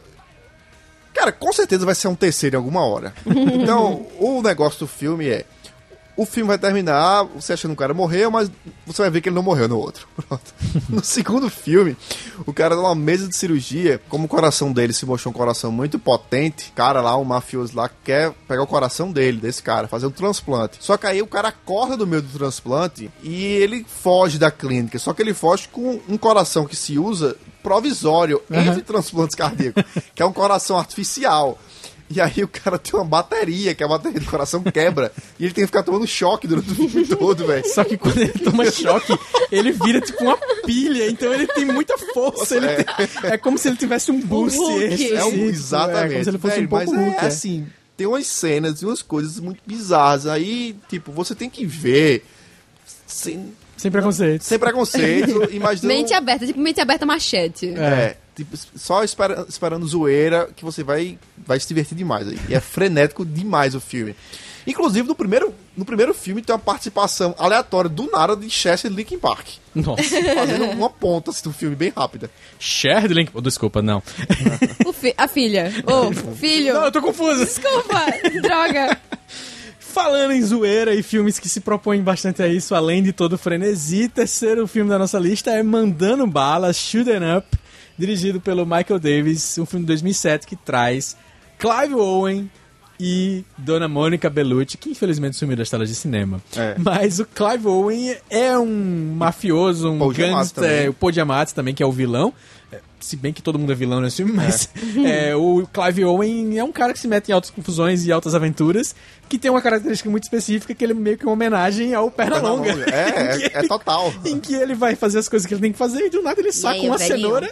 cara, com certeza vai ser um terceiro em alguma hora. Então, o negócio do filme é... O filme vai terminar, você achando que o cara morreu, mas você vai ver que ele não morreu no outro. Pronto. No segundo filme, o cara tá numa mesa de cirurgia, como o coração dele se mostrou um coração muito potente, o cara lá, um mafioso lá, quer pegar o coração dele, desse cara, fazer um transplante. Só que aí o cara acorda do meio do transplante e ele foge da clínica, só que ele foge com um coração que se usa provisório uhum. entre transplantes cardíacos, que é um coração artificial. E aí o cara tem uma bateria, que a bateria do coração quebra, e ele tem que ficar tomando choque durante o filme todo, velho. Só que quando ele toma choque, ele vira tipo uma pilha, então ele tem muita força. Ele é. Tem... é como se ele tivesse um boost. É um, exatamente. É como se ele fosse velho, um pouco mas Hulk, é, é assim, tem umas cenas e umas coisas muito bizarras. Aí, tipo, você tem que ver... Sem, sem preconceito. Sem preconceito, imaginando... Mente aberta, tipo mente aberta machete. É, tipo, só espera, esperando zoeira que você vai, vai se divertir demais. Aí. E é frenético demais o filme. Inclusive, no primeiro, no primeiro filme tem uma participação aleatória do nada de Chester de Linkin Park. Nossa. Fazendo uma ponta assim, do filme bem rápida. Cher de Linkin... Oh, desculpa, não. O fi... A filha. Ô, oh, filho. Não, eu tô confuso. Desculpa, droga. Falando em zoeira e filmes que se propõem bastante a isso, além de todo o frenesi, terceiro filme da nossa lista é Mandando Bala, Shooting Up, dirigido pelo Michael Davis, um filme de dois mil e sete que traz Clive Owen, e Dona Mônica Bellucci, que infelizmente sumiu das telas de cinema. É. Mas o Clive Owen é um mafioso, um Paul Giamatti gangster, também. o Paul Giamatti também, que é o vilão. Se bem que todo mundo é vilão nesse filme, mas é, o Clive Owen é um cara que se mete em altas confusões e altas aventuras, que tem uma característica muito específica, que ele é meio que uma homenagem ao Pernalonga. Pernalonga. É, Em é, que é ele- total. Em que ele vai fazer as coisas que ele tem que fazer e do nada ele saca aí, uma o velhinho? cenoura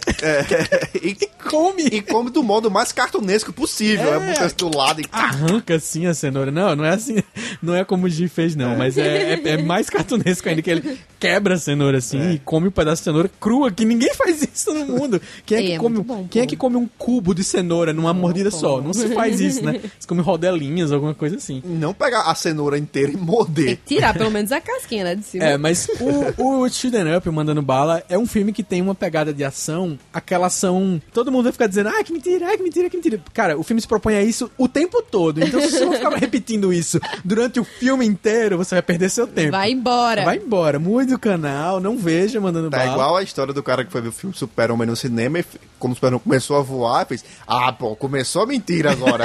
E, e come. e come do modo mais cartunesco possível. É, É. botando do lado e... Arranca assim a cenoura. Não, não é assim. Não é como o G fez, não. Mas é, é, é mais cartunesco ainda, que ele quebra a cenoura assim e come um pedaço de cenoura crua, que ninguém faz isso no mundo. Quem é que, É, come, muito bom, quem é pô. que come um cubo de cenoura numa mordida bom. só? Não se faz isso, né? Você come rodelinhas, alguma coisa assim. Não pegar a cenoura inteira e Tem morder. que tirar pelo menos a casquinha, né, de cima. É, mas o, o Shooting Up, o Mandando Bala, é um filme que tem uma pegada de ação, aquela ação... Todo mundo vai ficar dizendo, ah, que mentira, ah, que mentira, que mentira. Cara, o filme se propõe a isso o tempo todo. Então, se você não ficar repetindo isso durante o filme inteiro, você vai perder seu tempo. Vai embora. Vai embora. Mude o canal, não veja Mandando Tá Bala. igual a história do cara que foi ver o filme Super-Homem no cinema e f- como o Super-Homem começou a voar, fez, ah, pô, começou a mentira agora.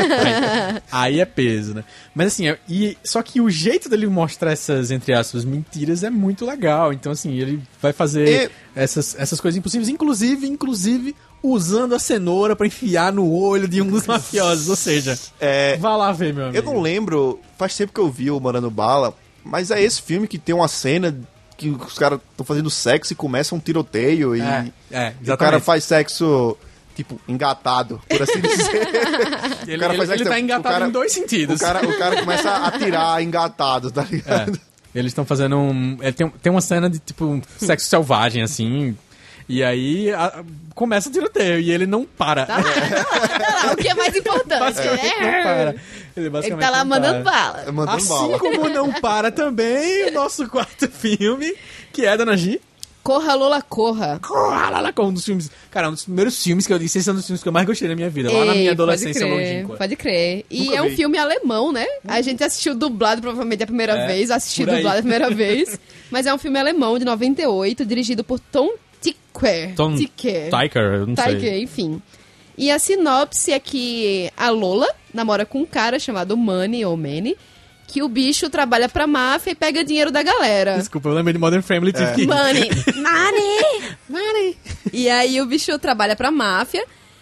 Aí, aí é peso, né? Mas assim, é- e, só que o jeito dele mostrar essas, entre aspas, mentiras é muito legal. Então, assim, ele vai fazer essas, essas coisas impossíveis, inclusive, inclusive, usando a cenoura pra enfiar no olho de um dos mafiosos. Ou seja, É, vá lá ver, meu amigo. eu não lembro, faz tempo que eu vi o Mandando Bala, mas é esse filme que tem uma cena que os caras estão fazendo sexo e começa um tiroteio e, É, é, e o exatamente. cara faz sexo, tipo, engatado, por assim dizer. Ele, o cara ele, faz ele sexo- tá o engatado cara- em dois sentidos. O cara, o cara começa a atirar engatado, tá ligado? É, eles estão fazendo um... é, tem, tem uma cena de, tipo, um sexo selvagem, assim... E aí a- começa o tiroteio e ele não para. Tá lá, tá lá, o que é mais importante. Basicamente É. não para. Ele, Ele basicamente tá lá não mandando para. bala. Mandando Assim bala. como não para também o nosso quarto filme, que é Dona G. Corra, Lola, corra. Corra, um dos filmes. Cara, um dos primeiros filmes que eu disse, esse é um dos filmes que eu mais gostei na minha vida, lá na minha Ei, adolescência pode crer, longínqua. Pode crer. E Nunca é um vi. filme alemão, né? A gente assistiu dublado provavelmente a primeira É, vez, assisti por aí. dublado a primeira vez. Mas é um filme alemão de noventa e oito, dirigido por Tom Tykwer. Tom Tykwer. Tiker, eu não Tykwer, sei. enfim. E a sinopse é que a Lola namora com um cara chamado Manny ou Manny, que o bicho trabalha pra máfia e pega dinheiro da galera. Desculpa, eu lembrei de Modern Family, tive que... Money! Money! Money! E aí o bicho trabalha pra máfia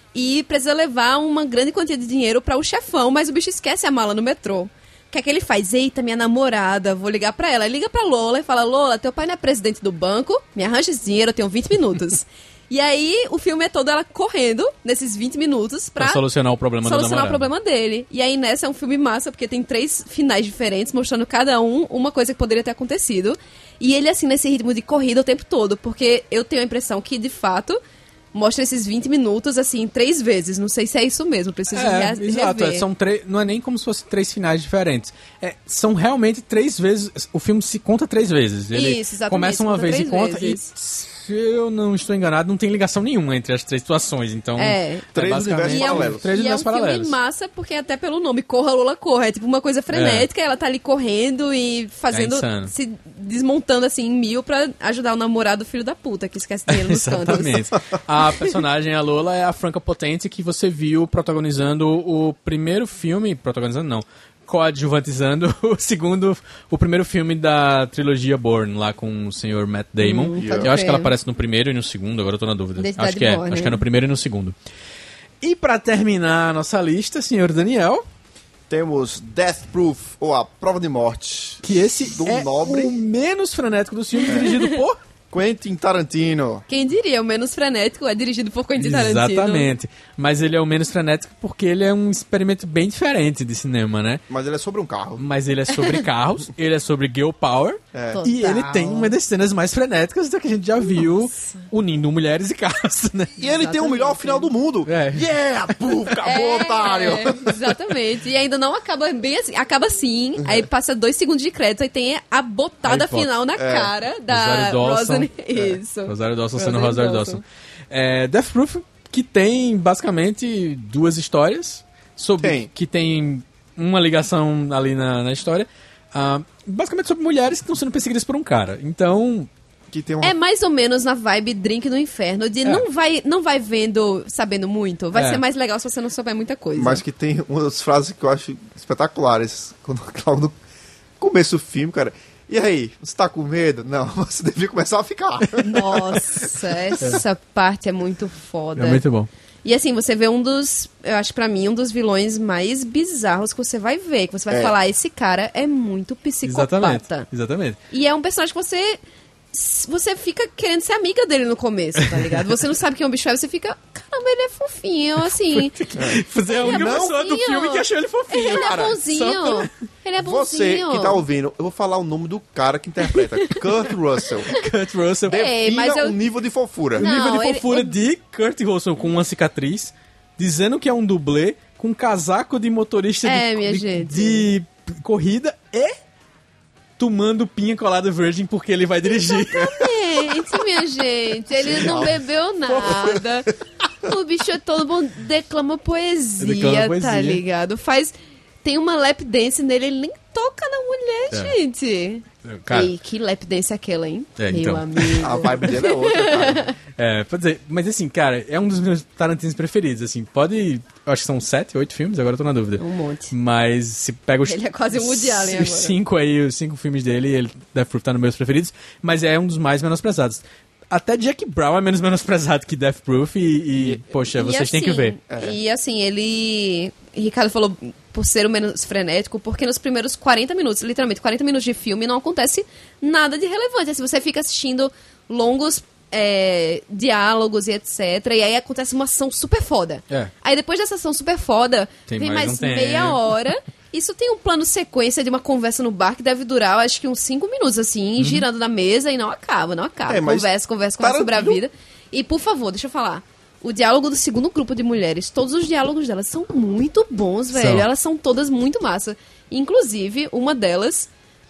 e precisa levar uma grande quantia de dinheiro pra o chefão, mas o bicho esquece a mala no metrô. O que é que ele faz? Eita, minha namorada, vou ligar pra ela. Ele liga pra Lola e fala, Lola, teu pai não é presidente do banco, me arranja esse dinheiro, eu tenho vinte minutos. E aí o filme é todo ela correndo nesses vinte minutos pra... Pra solucionar o problema do solucionar o namorado. problema dele. E aí nessa é um filme massa, porque tem três finais diferentes, mostrando cada um uma coisa que poderia ter acontecido. E ele, assim, nesse ritmo de corrida o tempo todo, porque eu tenho a impressão que, de fato, mostra esses vinte minutos, assim, três vezes. Não sei se é isso mesmo, preciso É, re- exato. rever. é, São três, não é nem como se fossem três finais diferentes. É, são realmente três vezes. O filme se conta três vezes. Ele Isso, exatamente, começa uma conta vez e três conta. vezes. E se eu não estou enganado, não tem ligação nenhuma entre as três situações. Então, É. Três basicamente- universos E é um, paralelos. Três e é um universos filme paralelos. massa, porque até pelo nome, Corra, Lola, Corra. É tipo uma coisa frenética, ela tá ali correndo e fazendo, É insano. se desmontando assim em mil pra ajudar o namorado filho da puta, que esquece dinheiro nos cantos. Exatamente. A personagem, a Lola, é a Franca Potente que você viu protagonizando o primeiro filme. Protagonizando, não. Coadjuvantizando o segundo. O primeiro filme da trilogia Bourne, lá com o senhor Matt Damon. Hum, eu pode acho que crer. ela aparece no primeiro e no segundo, agora eu tô na dúvida. Identidade Acho que é. Bourne, Acho que é né? no primeiro e no segundo. E pra terminar a nossa lista, senhor Daniel, Temos Death Proof, ou A Prova de Morte, que esse do é nobre o menos frenético dos filmes, dirigido por... Quentin Tarantino. Quem diria, o menos frenético é dirigido por Quentin Tarantino. Exatamente. Mas ele é o menos frenético porque ele é um experimento bem diferente de cinema, né? Mas ele é sobre um carro. Mas ele é sobre carros, ele é sobre girl power, É. Total. e ele tem uma das cenas mais frenéticas da que a gente já viu, unindo mulheres e carros, né? E ele tem o melhor final do mundo. É. Yeah! Puf, acabou, otário! É, exatamente. E ainda não acaba bem assim. Acaba assim, aí passa dois segundos de crédito, aí tem a botada Aí volta. final na É. cara da Rosário Dawson. Rosanne. Isso. Rosário Dawson sendo Rosário Rosário Dawson. Dawson. É, Death Proof, que tem basicamente duas histórias, sobre, Tem. que tem uma ligação ali na, na história, ah, basicamente sobre mulheres que estão sendo perseguidas por um cara. Então, que tem uma... É mais ou menos na vibe Drink no Inferno, de É. não, vai, não vai vendo, sabendo muito. Vai É. ser mais legal se você não souber muita coisa. Mas que tem umas frases que eu acho espetaculares. Quando logo no começo do filme, cara. E aí, você tá com medo? Não, você devia começar a ficar. Nossa, essa parte é muito foda. É muito bom. E assim, você vê um dos, eu acho pra mim, um dos vilões mais bizarros que você vai ver. Que você vai É. falar, esse cara é muito psicopata. Exatamente. Exatamente. E é um personagem que você... Você fica querendo ser amiga dele no começo, tá ligado? Você não sabe quem é um bicho, aí você fica... Caramba, ele é fofinho, assim. Você é a única Ele é pessoa do bonzinho. filme que achou ele fofinho, Ele cara. é bonzinho. Só Ele é Você bonzinho. que tá ouvindo, eu vou falar o nome do cara que interpreta. Kurt Russell. pelo Kurt Russell. É, Defina mas eu- o nível de fofura. O nível Não, de ele- fofura ele- de Kurt Russell com uma cicatriz, dizendo que é um dublê, com um casaco de motorista É, de, minha de, gente. de corrida e tomando pinha colada virgin porque ele vai dirigir. Gente, minha gente, ele não bebeu nada. O bicho é todo bom, declama poesia, Declama poesia. tá ligado? Faz. Tem uma lap dance nele, ele nem toca na mulher, É. gente. Cara, Ei, que lap dance é aquela, hein? É, Meu então. amigo. A vibe dele é outra, cara. é, pode dizer, mas assim, cara, é um dos meus Tarantinos preferidos, assim, pode, eu acho que são sete, oito filmes, agora eu tô na dúvida. Um monte. Mas se pega os... Ele é quase um Woody Allen os agora. cinco aí, os cinco filmes dele, ele Death Proof tá nos meus preferidos, mas é um dos mais menosprezados. Até Jack Brown é menos menosprezado que Death Proof e, e, poxa, E vocês têm que assim, ver. E assim, ele... Ricardo falou por ser o menos frenético, porque nos primeiros quarenta minutos, literalmente quarenta minutos de filme, não acontece nada de relevante. Assim, você fica assistindo longos é, diálogos e etcétera. E aí acontece uma ação super foda. É. Aí depois dessa ação super foda, Tem vem mais mais um tempo. meia hora. Isso tem um plano sequência de uma conversa no bar que deve durar, acho que uns cinco minutos, assim, Uhum. girando na mesa e não acaba, não acaba. É, mas conversa, conversa, conversa sobre a Tarantino- vida. E, por favor, deixa eu falar. O diálogo do segundo grupo de mulheres, todos os diálogos delas são muito bons, velho. São. Elas são todas muito massa. Inclusive, uma delas,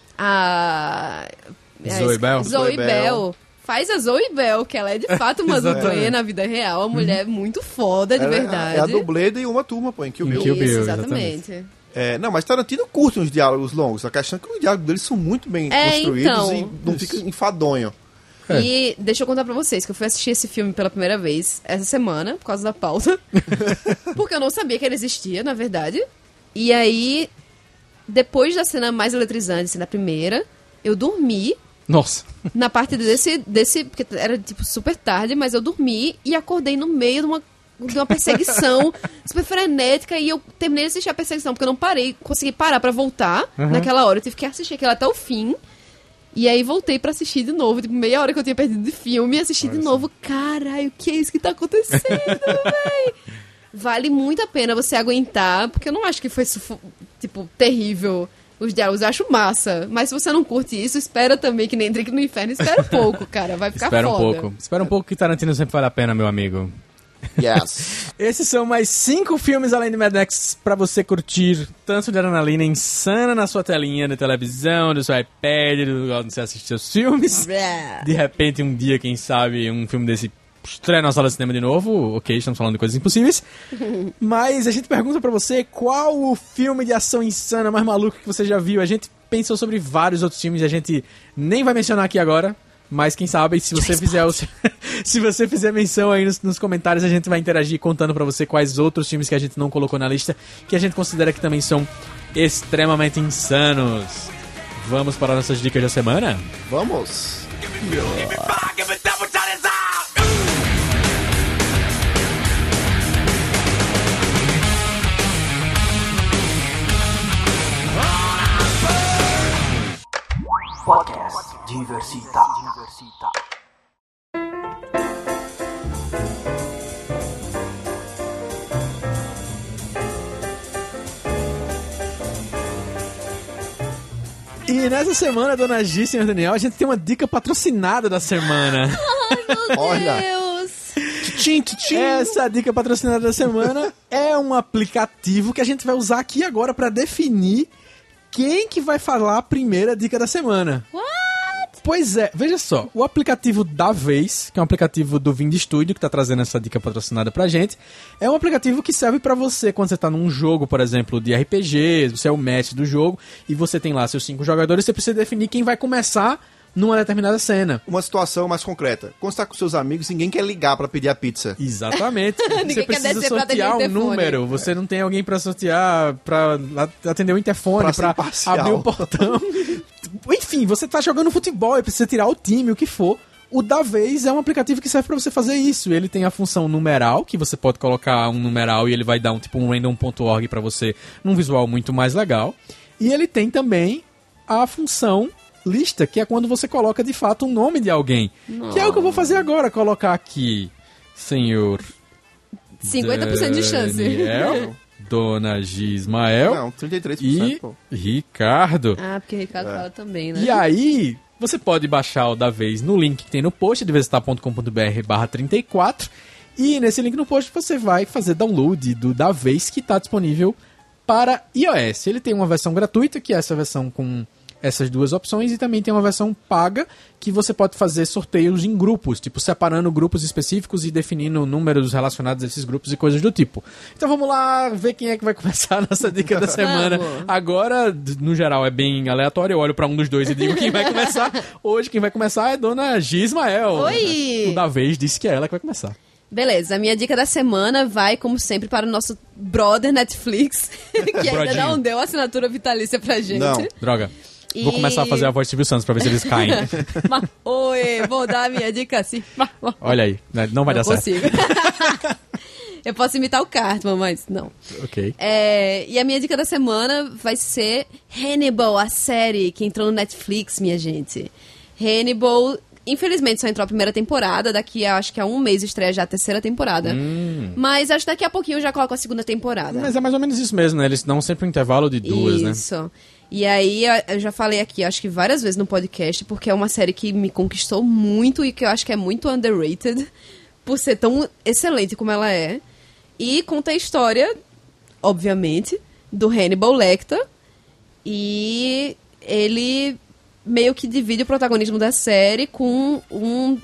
a... Zoe Bell? Zoe Zoe Bell. Bell. Faz a Zoe Bell, que ela é de fato uma Exatamente. dublê na vida real. Uma mulher muito foda, de Ela é- verdade. É a dublê de uma turma, pô, em Kill Em Bill. Kill Bill, Isso, exatamente. exatamente. É, não, mas Tarantino curte uns diálogos longos. A questão é que os diálogos deles são muito bem É, construídos então. e não fica enfadonho. É. E deixa eu contar pra vocês que eu fui assistir esse filme pela primeira vez essa semana, por causa da pauta. Porque eu não sabia que ele existia, na verdade. E aí, depois da cena mais eletrizante, assim, da primeira, eu dormi Nossa. na parte desse, desse... Porque era, tipo, super tarde, mas eu dormi e acordei no meio de uma, de uma perseguição super frenética. E eu terminei de assistir a perseguição, porque eu não parei, consegui parar pra voltar naquela hora. Eu tive que assistir aquilo até o fim. E aí voltei pra assistir de novo, tipo, meia hora que eu tinha perdido de filme, e assisti de novo. Caralho, o que é isso que tá acontecendo, véi? Vale muito a pena você aguentar, porque eu não acho que foi, sufo- tipo, terrível os diálogos. Eu acho massa. Mas se você não curte isso, espera também que nem Drink no Inferno. Espera um pouco, cara. Vai ficar Espera um foda. pouco. Espera um pouco que Tarantino sempre vale a pena, meu amigo. Yes. Esses são mais cinco filmes além de Mad Max pra você curtir tanto de adrenalina insana na sua telinha de televisão, do seu iPad, do lugar onde você assiste seus filmes. De repente, um dia, quem sabe, um filme desse estreia na sala de cinema de novo. Ok, estamos falando de coisas impossíveis. Mas a gente pergunta pra você qual o filme de ação insana mais maluco que você já viu. A gente pensou sobre vários outros filmes e a gente nem vai mencionar aqui agora. Mas quem sabe, se você fizer o, se você fizer menção aí nos, nos comentários, a gente vai interagir contando pra você quais outros filmes que a gente não colocou na lista, que a gente considera que também são extremamente insanos. Vamos para nossas dicas da semana? Vamos. Podcast Diversità. Diversità. E nessa semana, dona Gi, senhor Daniel, a gente tem uma dica patrocinada da semana. Olha. Deus! Tchim, tchim. Essa dica patrocinada da semana é um aplicativo que a gente vai usar aqui agora pra definir quem que vai falar a primeira dica da semana. What? Pois é, veja só, o aplicativo da vez, que é um aplicativo do Vind Studio, que tá trazendo essa dica patrocinada pra gente, é um aplicativo que serve pra você quando você tá num jogo, por exemplo, de R P G, você é o mestre do jogo, e você tem lá seus cinco jogadores, você precisa definir quem vai começar numa determinada cena. Uma situação mais concreta. Quando você tá com seus amigos, ninguém quer ligar pra pedir a pizza. Exatamente. Ninguém Você quer precisa descer pra atender sortear o um interfone. número. Você não tem alguém pra sortear, pra atender o interfone, Pra ser pra imparcial. abrir o portão. Enfim, você tá jogando futebol e precisa tirar o time, o que for. O Da Vez é um aplicativo que serve pra você fazer isso. Ele tem a função numeral, que você pode colocar um numeral e ele vai dar um tipo um random ponto org pra você num visual muito mais legal. E ele tem também a função lista, que é quando você coloca de fato o nome de alguém. Que é o que eu vou fazer agora, colocar aqui senhor cinquenta por cento de chance. Daniel, Dona Gismael Não, trinta e três por cento, e pô. Ricardo. Ah, porque o Ricardo fala também, né? E aí, você pode baixar o Da Vez no link que tem no post, diversitar ponto com ponto b r barra trinta e quatro. E nesse link no post você vai fazer download do Da Vez, que está disponível para iOS. Ele tem uma versão gratuita, que é essa versão com essas duas opções, e também tem uma versão paga, que você pode fazer sorteios em grupos, tipo separando grupos específicos e definindo números relacionados a esses grupos e coisas do tipo. Então vamos lá ver quem é que vai começar a nossa dica da semana. Vamos. Agora, no geral, é bem aleatório, eu olho pra um dos dois e digo quem vai começar. Hoje quem vai começar é Dona Gismael. Oi! O Da Vez disse que é ela que vai começar. Beleza, a minha dica da semana vai, como sempre, para o nosso brother Netflix, que ainda Brodinho. não deu assinatura vitalícia pra gente. Não. Droga. E- Vou começar a fazer a voz de Silvio Santos pra ver se eles caem. Mas, oi, vou dar a minha dica assim. Mas, mas, Olha aí, né? não vai não dar certo. consigo. Eu posso imitar o Cartman, mas não. Ok. É, e a minha dica da semana vai ser Hannibal, a série que entrou no Netflix, minha gente. Hannibal, infelizmente, só entrou a primeira temporada. Daqui a, acho que a um mês estreia já a terceira temporada. Mas acho que daqui a pouquinho eu já coloco a segunda temporada. Mas é mais ou menos isso mesmo, né? Eles dão sempre um intervalo de duas, né? Isso. E aí, eu já falei aqui, acho que várias vezes no podcast, porque é uma série que me conquistou muito e que eu acho que é muito underrated por ser tão excelente como ela é. E conta a história, obviamente, do Hannibal Lecter. E ele meio que divide o protagonismo da série com um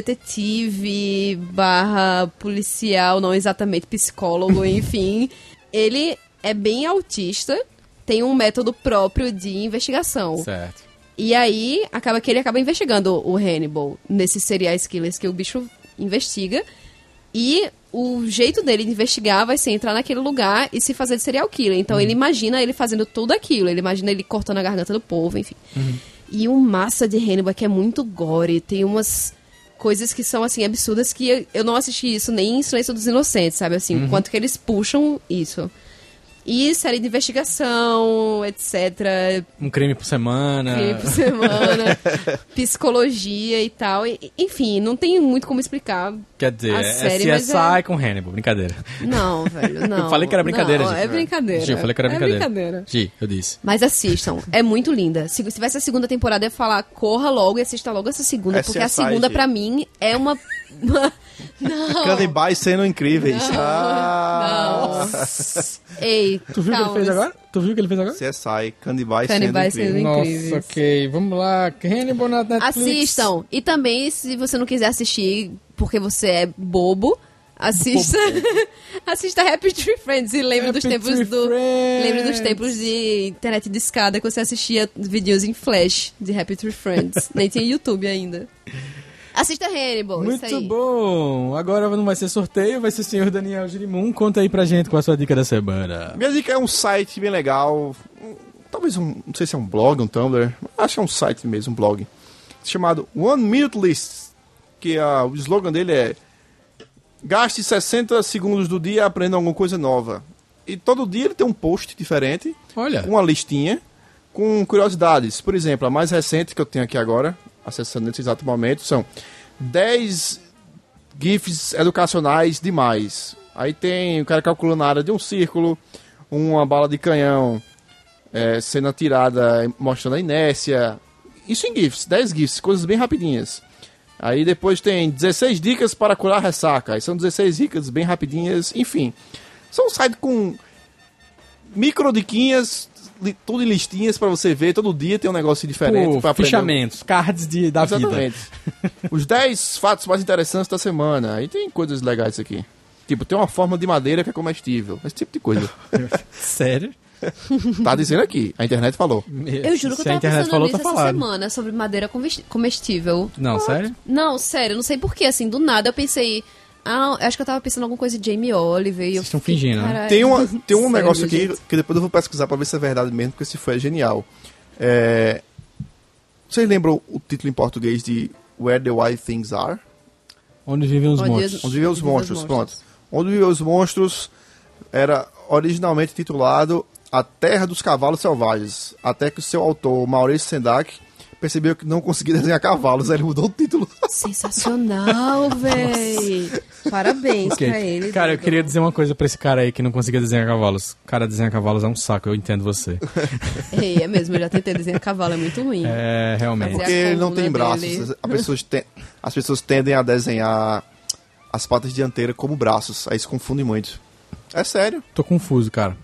detetive barra policial, não exatamente psicólogo, enfim. Ele é bem autista, tem um método próprio de investigação. Certo. E aí, acaba que ele acaba investigando o Hannibal nesses serial killers que o bicho investiga. E o jeito dele de investigar vai ser entrar naquele lugar e se fazer de serial killer. Então ele imagina ele fazendo tudo aquilo. Ele imagina ele cortando a garganta do povo, enfim. E o massa de Hannibal é que é muito gore. Tem umas coisas que são, assim, absurdas que eu, eu não assisti isso nem em Silêncio dos Inocentes, sabe? Assim, o quanto que eles puxam isso. E série de investigação, etcétera. Um crime por semana. Crime por semana, psicologia e tal. E, enfim, não tem muito como explicar. Quer dizer, a é série, C mas S I é- com Hannibal, brincadeira. Não, velho, não. Eu falei que era brincadeira, não, Gi. é brincadeira. Gi, eu falei que era brincadeira. É brincadeira. Gi, eu disse. Mas assistam, é muito linda. Se se tivesse a segunda temporada, eu ia falar, corra logo e assista logo essa segunda, É porque a C S I, segunda, Gi. pra mim, é uma... uma- Não, Canibais sendo incríveis. Não. Ah, ei, Tu viu o que calma. ele fez agora? Tu viu o que ele fez agora? C S I, Canibais, Canibais sendo sendo incríveis. incríveis. Nossa, ok. Vamos lá. Hannibal na Netflix. Assistam. E também, se você não quiser assistir porque você é bobo, assista assista Happy Tree Friends e lembre dos Happy tempos Tree do Friends. lembre dos tempos de internet de escada que você assistia vídeos em flash de Happy Tree Friends. Nem tinha YouTube ainda. Assista Hannibal, isso Muito aí. bom. Agora não vai ser sorteio, vai ser o senhor Daniel Girimum. Conta aí pra gente qual a sua dica da semana. Minha dica é um site bem legal. um- Talvez um. Não sei se é um blog, um Tumblr. Acho que é um site mesmo, um blog. Chamado One Minute List. Que ah, o slogan dele é: gaste sessenta segundos do dia aprendendo alguma coisa nova. E todo dia ele tem um post diferente, Olha. uma listinha, com curiosidades. Por exemplo, a mais recente que eu tenho aqui agora, acessando nesse exato momento, são dez GIFs educacionais demais. Aí tem o cara calculando a área de um círculo, uma bala de canhão é, sendo atirada, mostrando a inércia. Isso em GIFs, dez GIFs, coisas bem rapidinhas. Aí depois tem dezesseis dicas para curar ressaca. Aí são dezesseis dicas bem rapidinhas, enfim. São um site com micro diquinhas, li- tudo em listinhas pra você ver. Todo dia tem um negócio diferente. Pô, pra aprender. fichamentos, cards de, da vida. Exatamente. Os dez fatos mais interessantes da semana. Aí tem coisas legais aqui. Tipo, tem uma forma de madeira que é comestível. Esse tipo de coisa. Sério? Tá dizendo aqui, a internet falou. Eu juro que eu Se a tava internet pensando falou, nisso tá essa falado. semana, sobre madeira comesti- comestível. Não, sério? Não, sério, não sei porquê, assim, do nada eu pensei... Ah, acho que eu tava pensando em alguma coisa de Jamie Oliver. E eu Vocês estão fiquei, fingindo, né? caralho. Tem, uma, tem um Sério, negócio aqui gente. que depois eu vou pesquisar pra ver se é verdade mesmo, porque se for é genial. É... Vocês lembram o título em português de Where the Wild Things Are? Onde vivem os Onde monstros. as- Onde vivem os Vivem os monstros, monstros. pronto. Onde vivem os monstros era originalmente titulado A Terra dos Cavalos Selvagens, até que o seu autor, Maurício Sendak, percebeu que não conseguia desenhar cavalos, aí ele mudou o título. Sensacional, véi. Parabéns Ok. pra ele. Cara, eu Dudu. queria dizer uma coisa pra esse cara aí que não conseguia desenhar cavalos. O cara desenha cavalos é um saco, eu entendo você. Ei, é mesmo, eu já tentei desenhar cavalo, é muito ruim. É, realmente. Fazer Porque a ele não coluna tem braços. dele. As pessoas, ten- as pessoas tendem a desenhar as patas dianteiras como braços, aí se confunde muito. É sério. Tô confuso, cara.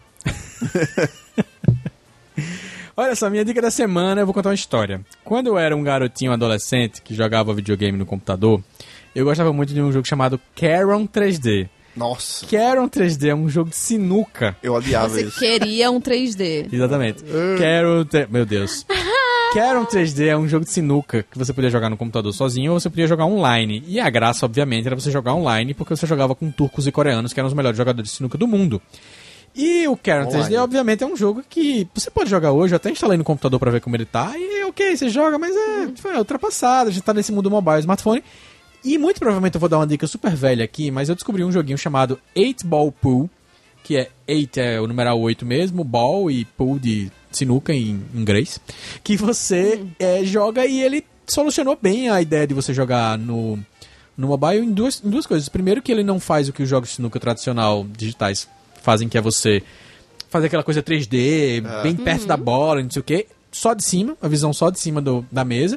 Olha só, minha dica da semana, eu vou contar uma história. Quando eu era um garotinho adolescente que jogava videogame no computador, eu gostava muito de um jogo chamado Carrom três D. Nossa, Carrom três D é um jogo de sinuca. eu odiava Você isso. queria um três D. Exatamente. Carrom... tre- Meu Deus. Carrom três D é um jogo de sinuca que você podia jogar no computador sozinho ou você podia jogar online. E a graça, obviamente, era você jogar online porque você jogava com turcos e coreanos, que eram os melhores jogadores de sinuca do mundo. E o Carrom três D, Online. obviamente, é um jogo que você pode jogar hoje. Eu até instalei no computador pra ver como ele tá. E ok, você joga, mas é, é ultrapassado. A gente tá nesse mundo mobile, smartphone. E muito provavelmente eu vou dar uma dica super velha aqui, mas eu descobri um joguinho chamado eight Ball Pool, que é eight é o numeral oito mesmo, ball e pool de sinuca em inglês, que você é, joga e ele solucionou bem a ideia de você jogar no, no mobile em duas, em duas coisas. Primeiro que ele não faz o que os jogos de sinuca tradicional digitais fazem, que é você fazer aquela coisa três D, bem perto da bola, não sei o que, só de cima, a visão só de cima do, da mesa.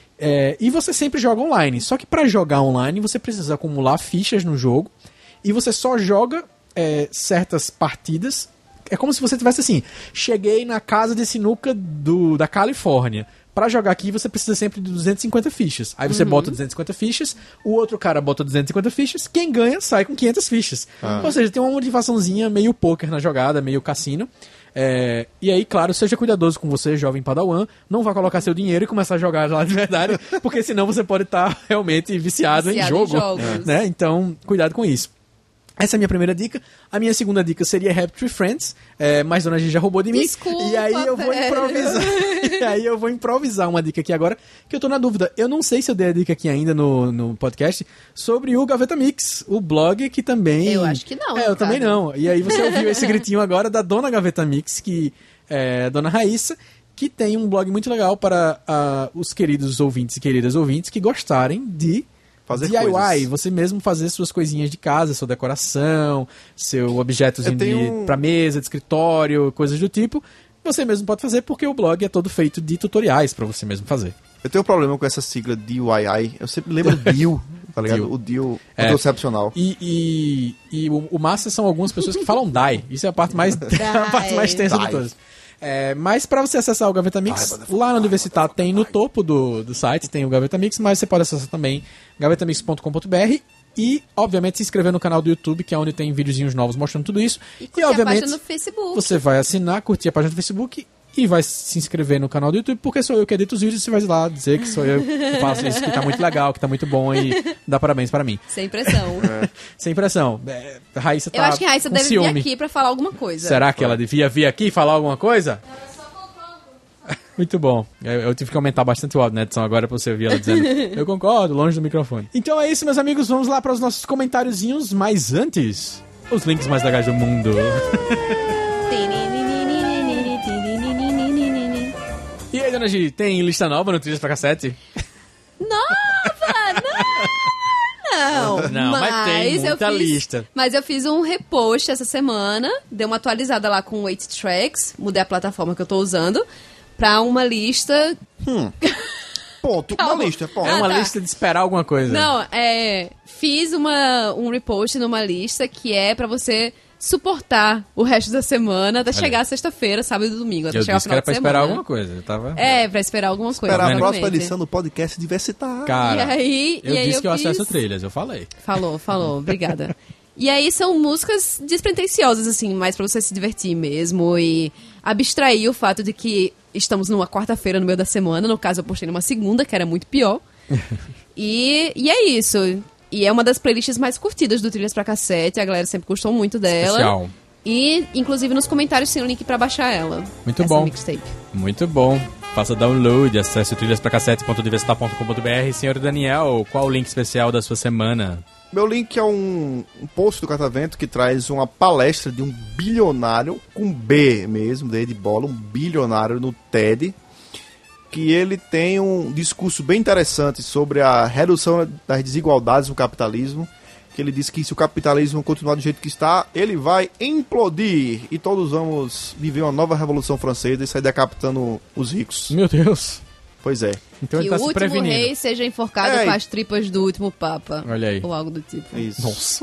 É, e você sempre joga online. Só que pra jogar online você precisa acumular fichas no jogo e você só joga é, certas partidas. É como se você tivesse assim: cheguei na casa de sinuca do, da Califórnia. Pra jogar aqui você precisa sempre de duzentas e cinquenta fichas. Aí você bota duzentas e cinquenta fichas, o outro cara bota duzentas e cinquenta fichas, quem ganha sai com quinhentas fichas. Ou seja, tem uma motivaçãozinha meio poker na jogada, meio cassino. É, e aí, claro, seja cuidadoso com você, jovem padawan. Não vá colocar seu dinheiro e começar a jogar lá de verdade, porque senão você pode estar realmente viciado, Viciado em em jogo. jogos. Né? Então, cuidado com isso. Essa é a minha primeira dica. A minha segunda dica seria Happy Tree Friends, é, mas Dona G já roubou de mim. Desculpa, e aí eu vou velho. improvisar. E aí eu vou improvisar uma dica aqui agora, que eu tô na dúvida. Eu não sei se eu dei a dica aqui ainda no, no podcast sobre o Gaveta Mix, o blog que também... Eu acho que não, É, eu Ricardo. também não. E aí você ouviu esse gritinho agora da Dona Gaveta Mix, que é a Dona Raíssa, que tem um blog muito legal para ah, os queridos ouvintes e queridas ouvintes que gostarem de Fazer D I Y, coisas. você mesmo fazer suas coisinhas de casa, sua decoração, seu objetos Eu tenho um- para mesa, de escritório, coisas do tipo. Você mesmo pode fazer porque o blog é todo feito de tutoriais para você mesmo fazer. Eu tenho um problema com essa sigla D I Y. Eu sempre lembro D I U, tá ligado? D I U. O D I U É. anticoncepcional. E, e, e o, o massa são algumas pessoas que falam D I. Isso é a parte mais, a parte mais tensa de Die. todas. É, mas para você acessar o Gaveta Mix, lá na Universitat tem no topo do, do site, tem o Gaveta Mix, mas você pode acessar também gavetamix ponto com ponto b r e, obviamente, se inscrever no canal do YouTube, que é onde tem videozinhos novos mostrando tudo isso. E E, curtir a obviamente, página no Facebook. você vai assinar, curtir a página do Facebook e vai se inscrever no canal do YouTube, porque sou eu que edito os vídeos, você vai lá dizer que sou eu que faço isso, que tá muito legal, que tá muito bom e dá parabéns para mim. Sem pressão. Sem pressão. É, a Raíssa tá Eu acho que a Raíssa com deve ciúme. vir aqui pra falar alguma coisa. Será que ela devia vir aqui falar alguma coisa? Muito bom. Eu, eu tive que aumentar bastante o áudio na edição agora pra você ouvir ela dizendo eu concordo, longe do microfone. Então é isso, meus amigos. Vamos lá para os nossos comentáriozinhos, mas antes, os links mais legais do mundo. E aí, Dona Gi, tem lista nova no Trilhas pra Cassete? Nova! Não! Não, mas tem eu muita fiz- lista. Mas eu fiz um repost essa semana, dei uma atualizada lá com oito tracks, mudei a plataforma que eu tô usando, pra uma lista... Ponto. Calma. Uma lista, ponto. É uma Ah, tá. lista de esperar alguma coisa. Não, é... Fiz uma, um repost numa lista que é pra você suportar o resto da semana até chegar sexta-feira, sábado e domingo, até Eu chegar ao disse que final era pra de esperar semana. alguma coisa. Eu tava... É, pra esperar alguma coisa. Esperar a vendo? próxima exatamente. edição do podcast diversitário. Cara, E aí- eu e aí disse eu que eu acesso fiz- trilhas, eu falei. Falou, falou, obrigada. E aí são músicas despretensiosas, assim, mais pra você se divertir mesmo e abstrair o fato de que estamos numa quarta-feira no meio da semana. No caso, eu postei numa segunda, que era muito pior. e, e é isso. E é uma das playlists mais curtidas do Trilhas pra Cassete. A galera sempre gostou muito dela. Especial. E, inclusive, nos comentários tem o link pra baixar ela. Muito essa bom. Mixtape. Muito bom. Faça download, acesse o trilhas pra cassete ponto diversitar ponto com ponto b r. Senhor Daniel, qual o link especial da sua semana? Meu link é um, um post do Catavento que traz uma palestra de um bilionário, com B mesmo, D de bola, um bilionário no TED, que ele tem um discurso bem interessante sobre a redução das desigualdades no capitalismo, que ele diz que se o capitalismo continuar do jeito que está, ele vai implodir e todos vamos viver uma nova revolução francesa e sair decapitando os ricos. Meu Deus. Pois é. Então Que ele tá o se último prevenindo. rei seja enforcado É, com e- as tripas do último papa. Olha aí. Ou algo do tipo. Isso. Nossa.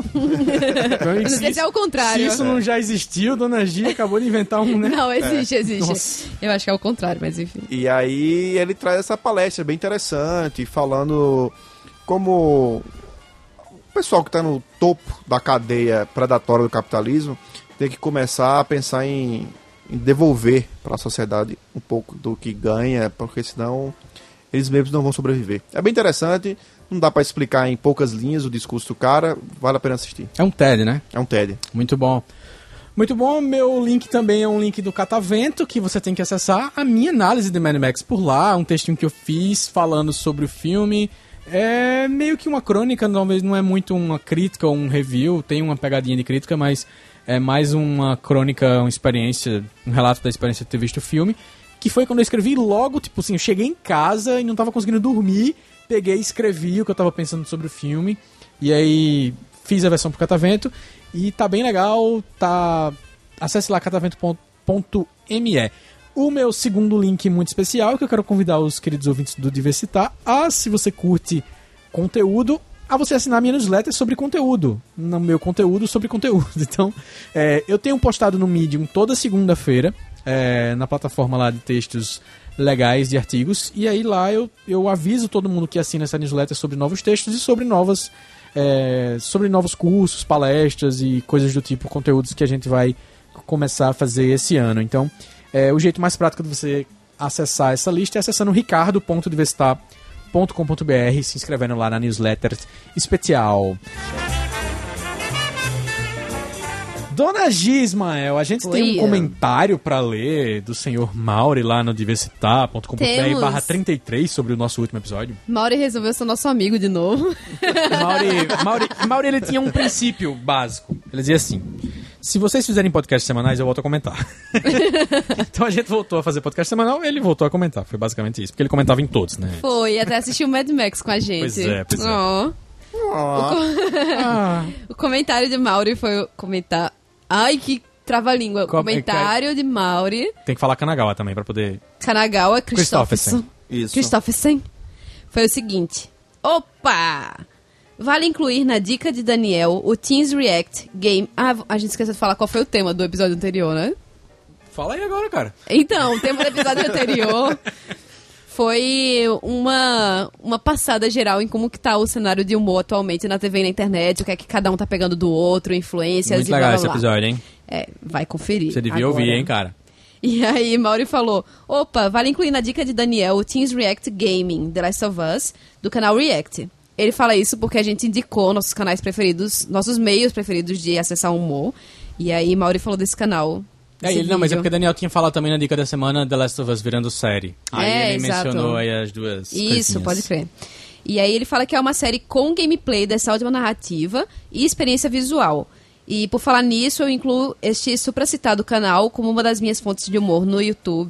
Eu não sei se é o Se contrário. isso não já existiu, Dona Gia acabou de inventar um, né? Não, existe, existe. Nossa. Eu acho que é o contrário, mas enfim. E aí ele traz essa palestra bem interessante, falando como o pessoal que está no topo da cadeia predatória do capitalismo tem que começar a pensar em, em devolver para a sociedade um pouco do que ganha, porque senão eles mesmos não vão sobreviver. É bem interessante, não dá para explicar em poucas linhas o discurso do cara, vale a pena assistir. É um TED, né? É um TED. Muito bom. Muito bom, meu link também é um link do Catavento, que você tem que acessar a minha análise de Mad Max por lá, um textinho que eu fiz falando sobre o filme. É meio que uma crônica, talvez não é muito uma crítica ou um review, tem uma pegadinha de crítica, mas é mais uma crônica, uma experiência, um relato da experiência de ter visto o filme, que foi quando eu escrevi logo, tipo assim, eu cheguei em casa e não tava conseguindo dormir, peguei e escrevi o que eu tava pensando sobre o filme, e aí fiz a versão pro Catavento, e tá bem legal, tá... Acesse lá catavento ponto m e. O meu segundo link muito especial, que eu quero convidar os queridos ouvintes do Diversitar a, se você curte conteúdo, a você assinar minha newsletter sobre conteúdo. No meu conteúdo sobre conteúdo. Então, é, eu tenho postado no Medium toda segunda-feira, é, na plataforma lá de textos legais de artigos, e aí lá eu, eu aviso todo mundo que assina essa newsletter sobre novos textos e sobre novas... É, sobre novos cursos, palestras e coisas do tipo, conteúdos que a gente vai começar a fazer esse ano. Então, é, o jeito mais prático de você acessar essa lista é acessando ricardo ponto diversitar ponto com ponto b r, se inscrevendo lá na newsletter especial. Dona Gia Ismael, a gente tem um Oi. comentário pra ler do senhor Mauri lá no diversitar ponto com ponto b r Temos. barra trinta e três sobre o nosso último episódio. Mauri resolveu ser nosso amigo de novo. Mauri, Mauri, Mauri, ele tinha um princípio básico. Ele dizia assim: se vocês fizerem podcasts semanais, eu volto a comentar. Então a gente voltou a fazer podcast semanal, ele voltou a comentar. Foi basicamente isso, porque ele comentava em todos, né? Foi, até assistiu o Mad Max com a gente. Pois é, pois é. Ó. Ah, O comentário de Mauri foi comentar... Ai, que trava-língua. Com- Comentário de Mauri. tem que falar Kanagawa também, pra poder... Kanagawa Christopherson. Christopherson. Isso. Christopherson. Foi o seguinte. Opa! Vale incluir na dica de Daniel o Teens React Game... Ah, a gente esqueceu de falar qual foi o tema do episódio anterior, né? Fala aí agora, cara. Então, o tema do episódio anterior foi uma, uma passada geral em como que tá o cenário de humor atualmente na T V e na internet, o que é que cada um tá pegando do outro, influências Muito e blá, legal blá, esse blá. episódio, hein? É, vai conferir. Você devia agora. ouvir, hein, cara? E aí, Mauri falou: opa, vale incluir na dica de Daniel o Teens React Gaming, The Last of Us, do canal React. Ele fala isso porque a gente indicou nossos canais preferidos, nossos meios preferidos de acessar o humor. E aí, Mauri falou desse canal. É, desse ele, não, mas é vídeo. porque Daniel tinha falado também na dica da semana The Last of Us virando série. Aí É, ele exato. mencionou aí as duas Isso, coisinhas. pode crer. E aí ele fala que é uma série com gameplay dessa última narrativa e experiência visual. E por falar nisso, eu incluo este supracitado canal como uma das minhas fontes de humor no YouTube,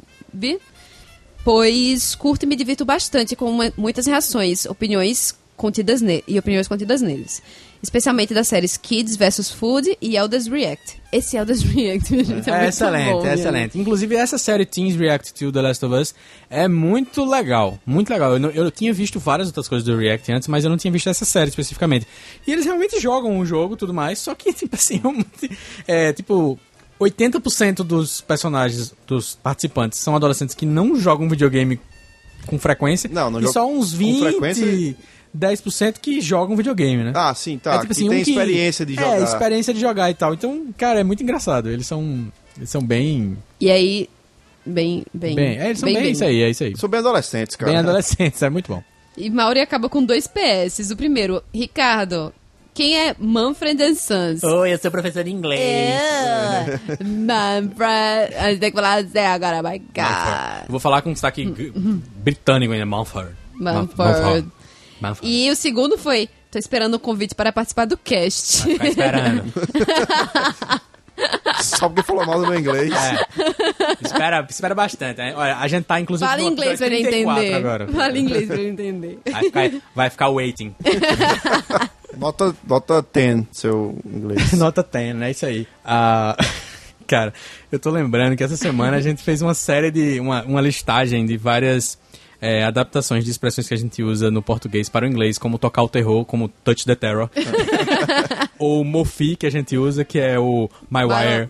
pois curto e me divirto bastante com uma- muitas reações, opiniões contidas ne e opiniões contidas neles. Especialmente das séries Kids versus Food e Elders React. Esse Elders React, minha gente, é, É muito excelente, bom, é minha excelente. Inclusive, essa série Teens React to The Last of Us é muito legal, muito legal. Eu, não- eu tinha visto várias outras coisas do React antes, mas eu não tinha visto essa série especificamente. E eles realmente jogam o jogo e tudo mais, só que, tipo assim, é, tipo, oitenta por cento dos personagens, dos participantes, são adolescentes que não jogam videogame com frequência. Não, não e jogam só uns com vinte... frequência. dez por cento que jogam videogame, né? Ah, sim, tá. É, tipo que assim, tem um que- experiência de jogar. É, experiência de jogar e tal. Então, cara, é muito engraçado. Eles são, eles são bem... E aí, bem, bem... bem é, eles são bem, isso aí, é isso aí. São bem adolescentes, cara. Bem adolescentes, é muito bom. E Mauri acaba com dois P S. O primeiro, Ricardo, quem é Manfred and Sons? Oi, eu sou professor de inglês. É, Manfred... A gente tem que falar assim agora, my God. Eu vou falar com um destaque g- britânico ainda, Mumford. Mumford. Mumford. E o segundo foi, tô esperando o convite para participar do cast. Vai ficar esperando. Só porque falou mal do meu inglês. É. Espera, espera bastante. Né? Olha, a gente tá, inclusive, Fala no inglês pra ele episódio trinta e quatro entender. agora. Fala inglês pra ele entender. Vai ficar, vai ficar waiting. Nota, nota dez, seu inglês. Nota dez, né? Isso aí. Ah, cara, eu tô lembrando que essa semana a gente fez uma série de... Uma, uma listagem de várias é, adaptações de expressões que a gente usa no português para o inglês, como tocar o terror, como touch the terror. Ou Mofi, que a gente usa, que é o My Wire.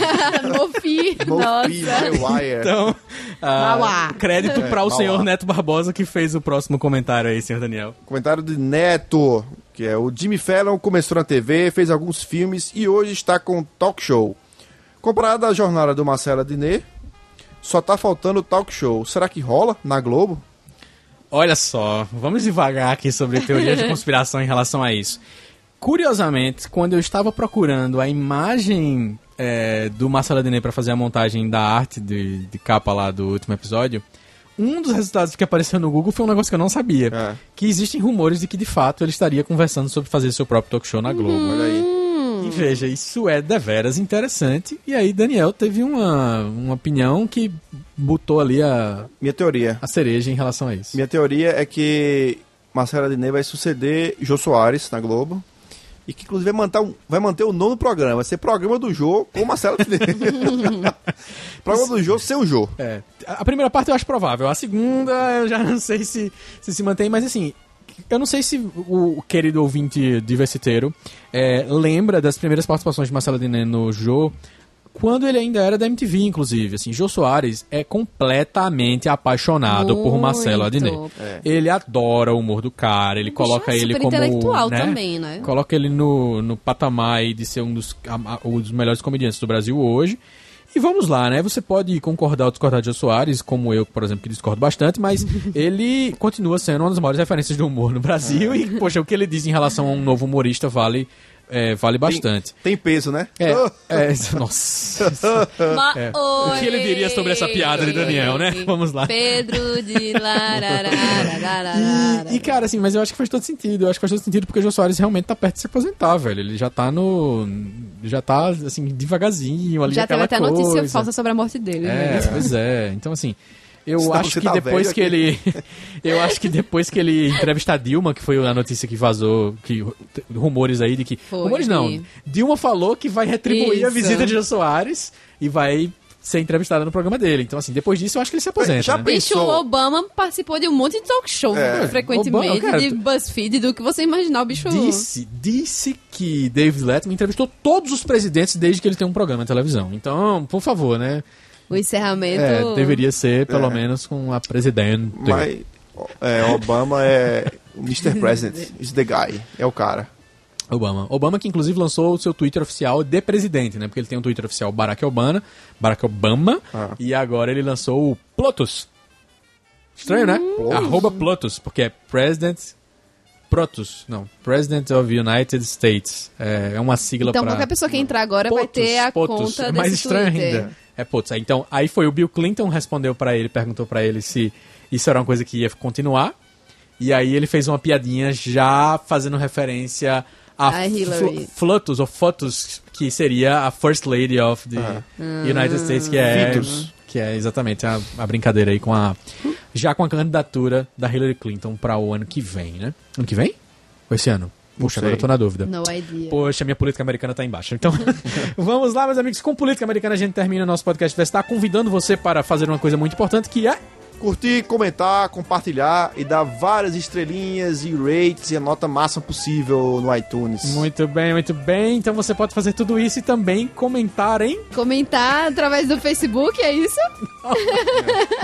Mofi, Mofi, nossa. My Wire. Então, ah, Mauá. crédito para o Mauá. senhor Neto Barbosa, que fez o próximo comentário aí, senhor Daniel. Comentário de Neto, que é o Jimmy Fallon começou na T V, fez alguns filmes e hoje está com talk show. Comparado à jornada do Marcelo Adnet, só tá faltando o talk show. Será que rola na Globo? Olha só, vamos devagar aqui sobre teorias de conspiração em relação a isso. Curiosamente, quando eu estava procurando a imagem é, do Marcelo Adnet para fazer a montagem da arte de, de capa lá do último episódio, um dos resultados que apareceu no Google foi um negócio que eu não sabia. É. Que existem rumores de que, de fato, ele estaria conversando sobre fazer seu próprio talk show na Globo. Olha aí. E veja, isso é deveras interessante. E aí Daniel teve uma, uma opinião que botou ali a, Minha teoria. a cereja em relação a isso. Minha teoria é que Marcelo Adnet vai suceder Jô Soares na Globo. E que, inclusive, vai manter, um- vai manter o nono programa. Vai ser programa do Jô com Marcelo Adnet. Programa do Jô sem o Jô. É, a primeira parte eu acho provável. A segunda eu já não sei se se, se mantém, mas assim, eu não sei se o, o querido ouvinte diversiteiro é, lembra das primeiras participações de Marcelo Adnet no Jô, quando ele ainda era da M T V, inclusive. Assim, Jô Soares é completamente apaixonado por Muito. Marcelo Adnet. É. Ele adora o humor do cara, ele O bicho coloca é ele super como... intelectual né? também, né? Coloca ele no, no patamar aí de ser um dos, a- a- um dos melhores comediantes do Brasil hoje. E vamos lá, né? Você pode concordar ou discordar de Jô Soares, como eu, por exemplo, que discordo bastante, mas ele continua sendo uma das maiores referências do humor no Brasil. E, poxa, o que ele diz em relação a um novo humorista vale, é, vale bastante. Tem peso, né? É, é, nossa. Ma- É. O que ele diria sobre essa piada de Daniel, né? Vamos lá. Pedro de lararara. E, e, cara, assim, mas eu acho que faz todo sentido. Eu acho que faz todo sentido porque o Jô Soares realmente tá perto de se aposentar, velho. Ele já tá no... Já tá, assim, devagarzinho ali, Já teve aquela até notícia coisa. falsa sobre a morte dele. É, né? pois é. Então, assim, eu Senão acho você que tá depois velho que aqui. ele... eu acho que depois que ele entrevista a Dilma, que foi a notícia que vazou, que rumores aí de que... Foi, rumores não. vi. Dilma falou que vai retribuir a Isso. visita de Jô Soares e vai ser entrevistada no programa dele. Então, assim, depois disso eu acho que ele se aposenta, Já né? Bicho, Pensou? o Obama participou de um monte de talk show É. frequentemente, Obama, cara, de BuzzFeed, do que você imaginar o bicho... Disse, disse que David Letterman entrevistou todos os presidentes desde que ele tem um programa na televisão. Então, por favor, né? O encerramento... É, deveria ser, pelo É. menos, com a presidente. Mas é, Obama é o mister President. Is the guy. É o cara. Obama. Obama que, inclusive, lançou o seu Twitter oficial de presidente, né? Porque ele tem um Twitter oficial Barack Obama, Barack Obama, Ah. e agora ele lançou o Plotus. Estranho, né? Arroba Plotus, porque é President Protus. Não, President of United States. É, é uma sigla Então pra... qualquer pessoa que entrar agora vai Potus, ter a Potus. conta É desse mais estranho Twitter. ainda. É Potus. Aí, então, aí foi o Bill Clinton respondeu pra ele, perguntou pra ele se isso era uma coisa que ia continuar. E aí ele fez uma piadinha já fazendo referência a A Hillary. Fl- Flutus, ou Fotus, que seria a First Lady of the United States, que é, Vitus. que é exatamente a, a brincadeira aí com a... Já com a candidatura da Hillary Clinton para o ano que vem, né? Ano que vem? Ou esse ano? Puxa, sei. agora eu tô na dúvida. No idea. Poxa, minha política americana tá embaixo. Então, vamos lá, meus amigos. Com política americana a gente termina nosso podcast. Vai estar convidando você para fazer uma coisa muito importante, que é... Curtir, comentar, compartilhar e dar várias estrelinhas e rates e a nota máxima possível no iTunes. Muito bem, muito bem. Então você pode fazer tudo isso e também comentar, hein? Comentar através do Facebook, é isso?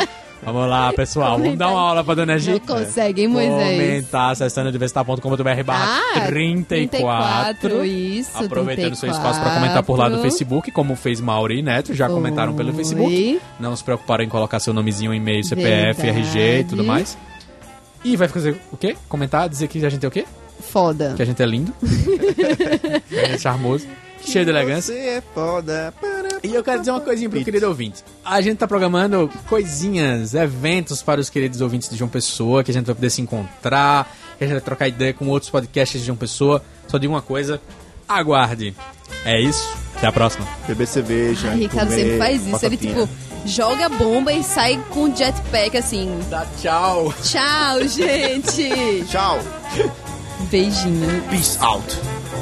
Vamos lá, pessoal. Vamos dar uma aula pra Dona G. Não consegue, Moisés. Comentar, acessando universitar ponto com ponto b r barra Ah, trinta e quatro. trinta e quatro, isso, Aproveitando seu trinta e espaço pra comentar por lá do quatro. Facebook, como fez Mauri e Neto, já comentaram pelo Facebook. Oi. Não se preocuparam em colocar seu nomezinho, e-mail, C P F, R G e tudo mais. E vai fazer o quê? Comentar, dizer que a gente é o quê? Foda. Que a gente é lindo. Que a gente é charmoso. Cheio de elegância. Você é foda. E eu quero dizer uma coisinha pro querido ouvinte. A gente tá programando coisinhas, eventos para os queridos ouvintes de João Pessoa, que a gente vai poder se encontrar, que a gente vai trocar ideia com outros podcasts de João Pessoa. Só digo uma coisa, aguarde. É isso, até a próxima. Beber cerveja. Ai, Ricardo comer sempre faz isso. batatinha. Ele, tipo, joga bomba e sai com jetpack, assim. Dá tchau. Tchau, gente. Tchau. Beijinho. Peace out.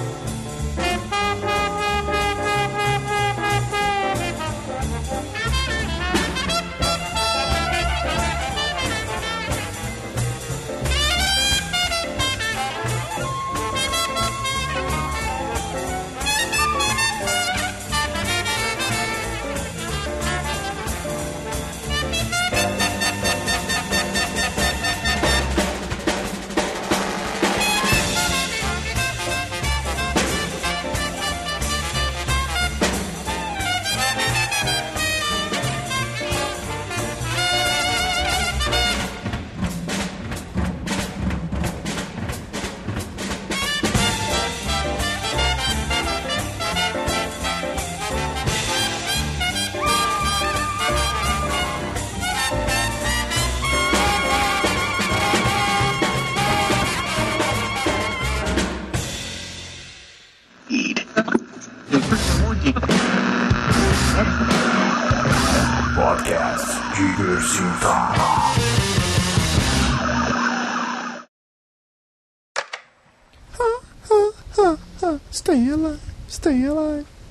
Podcast Diversita. Stay alive. Stay alive.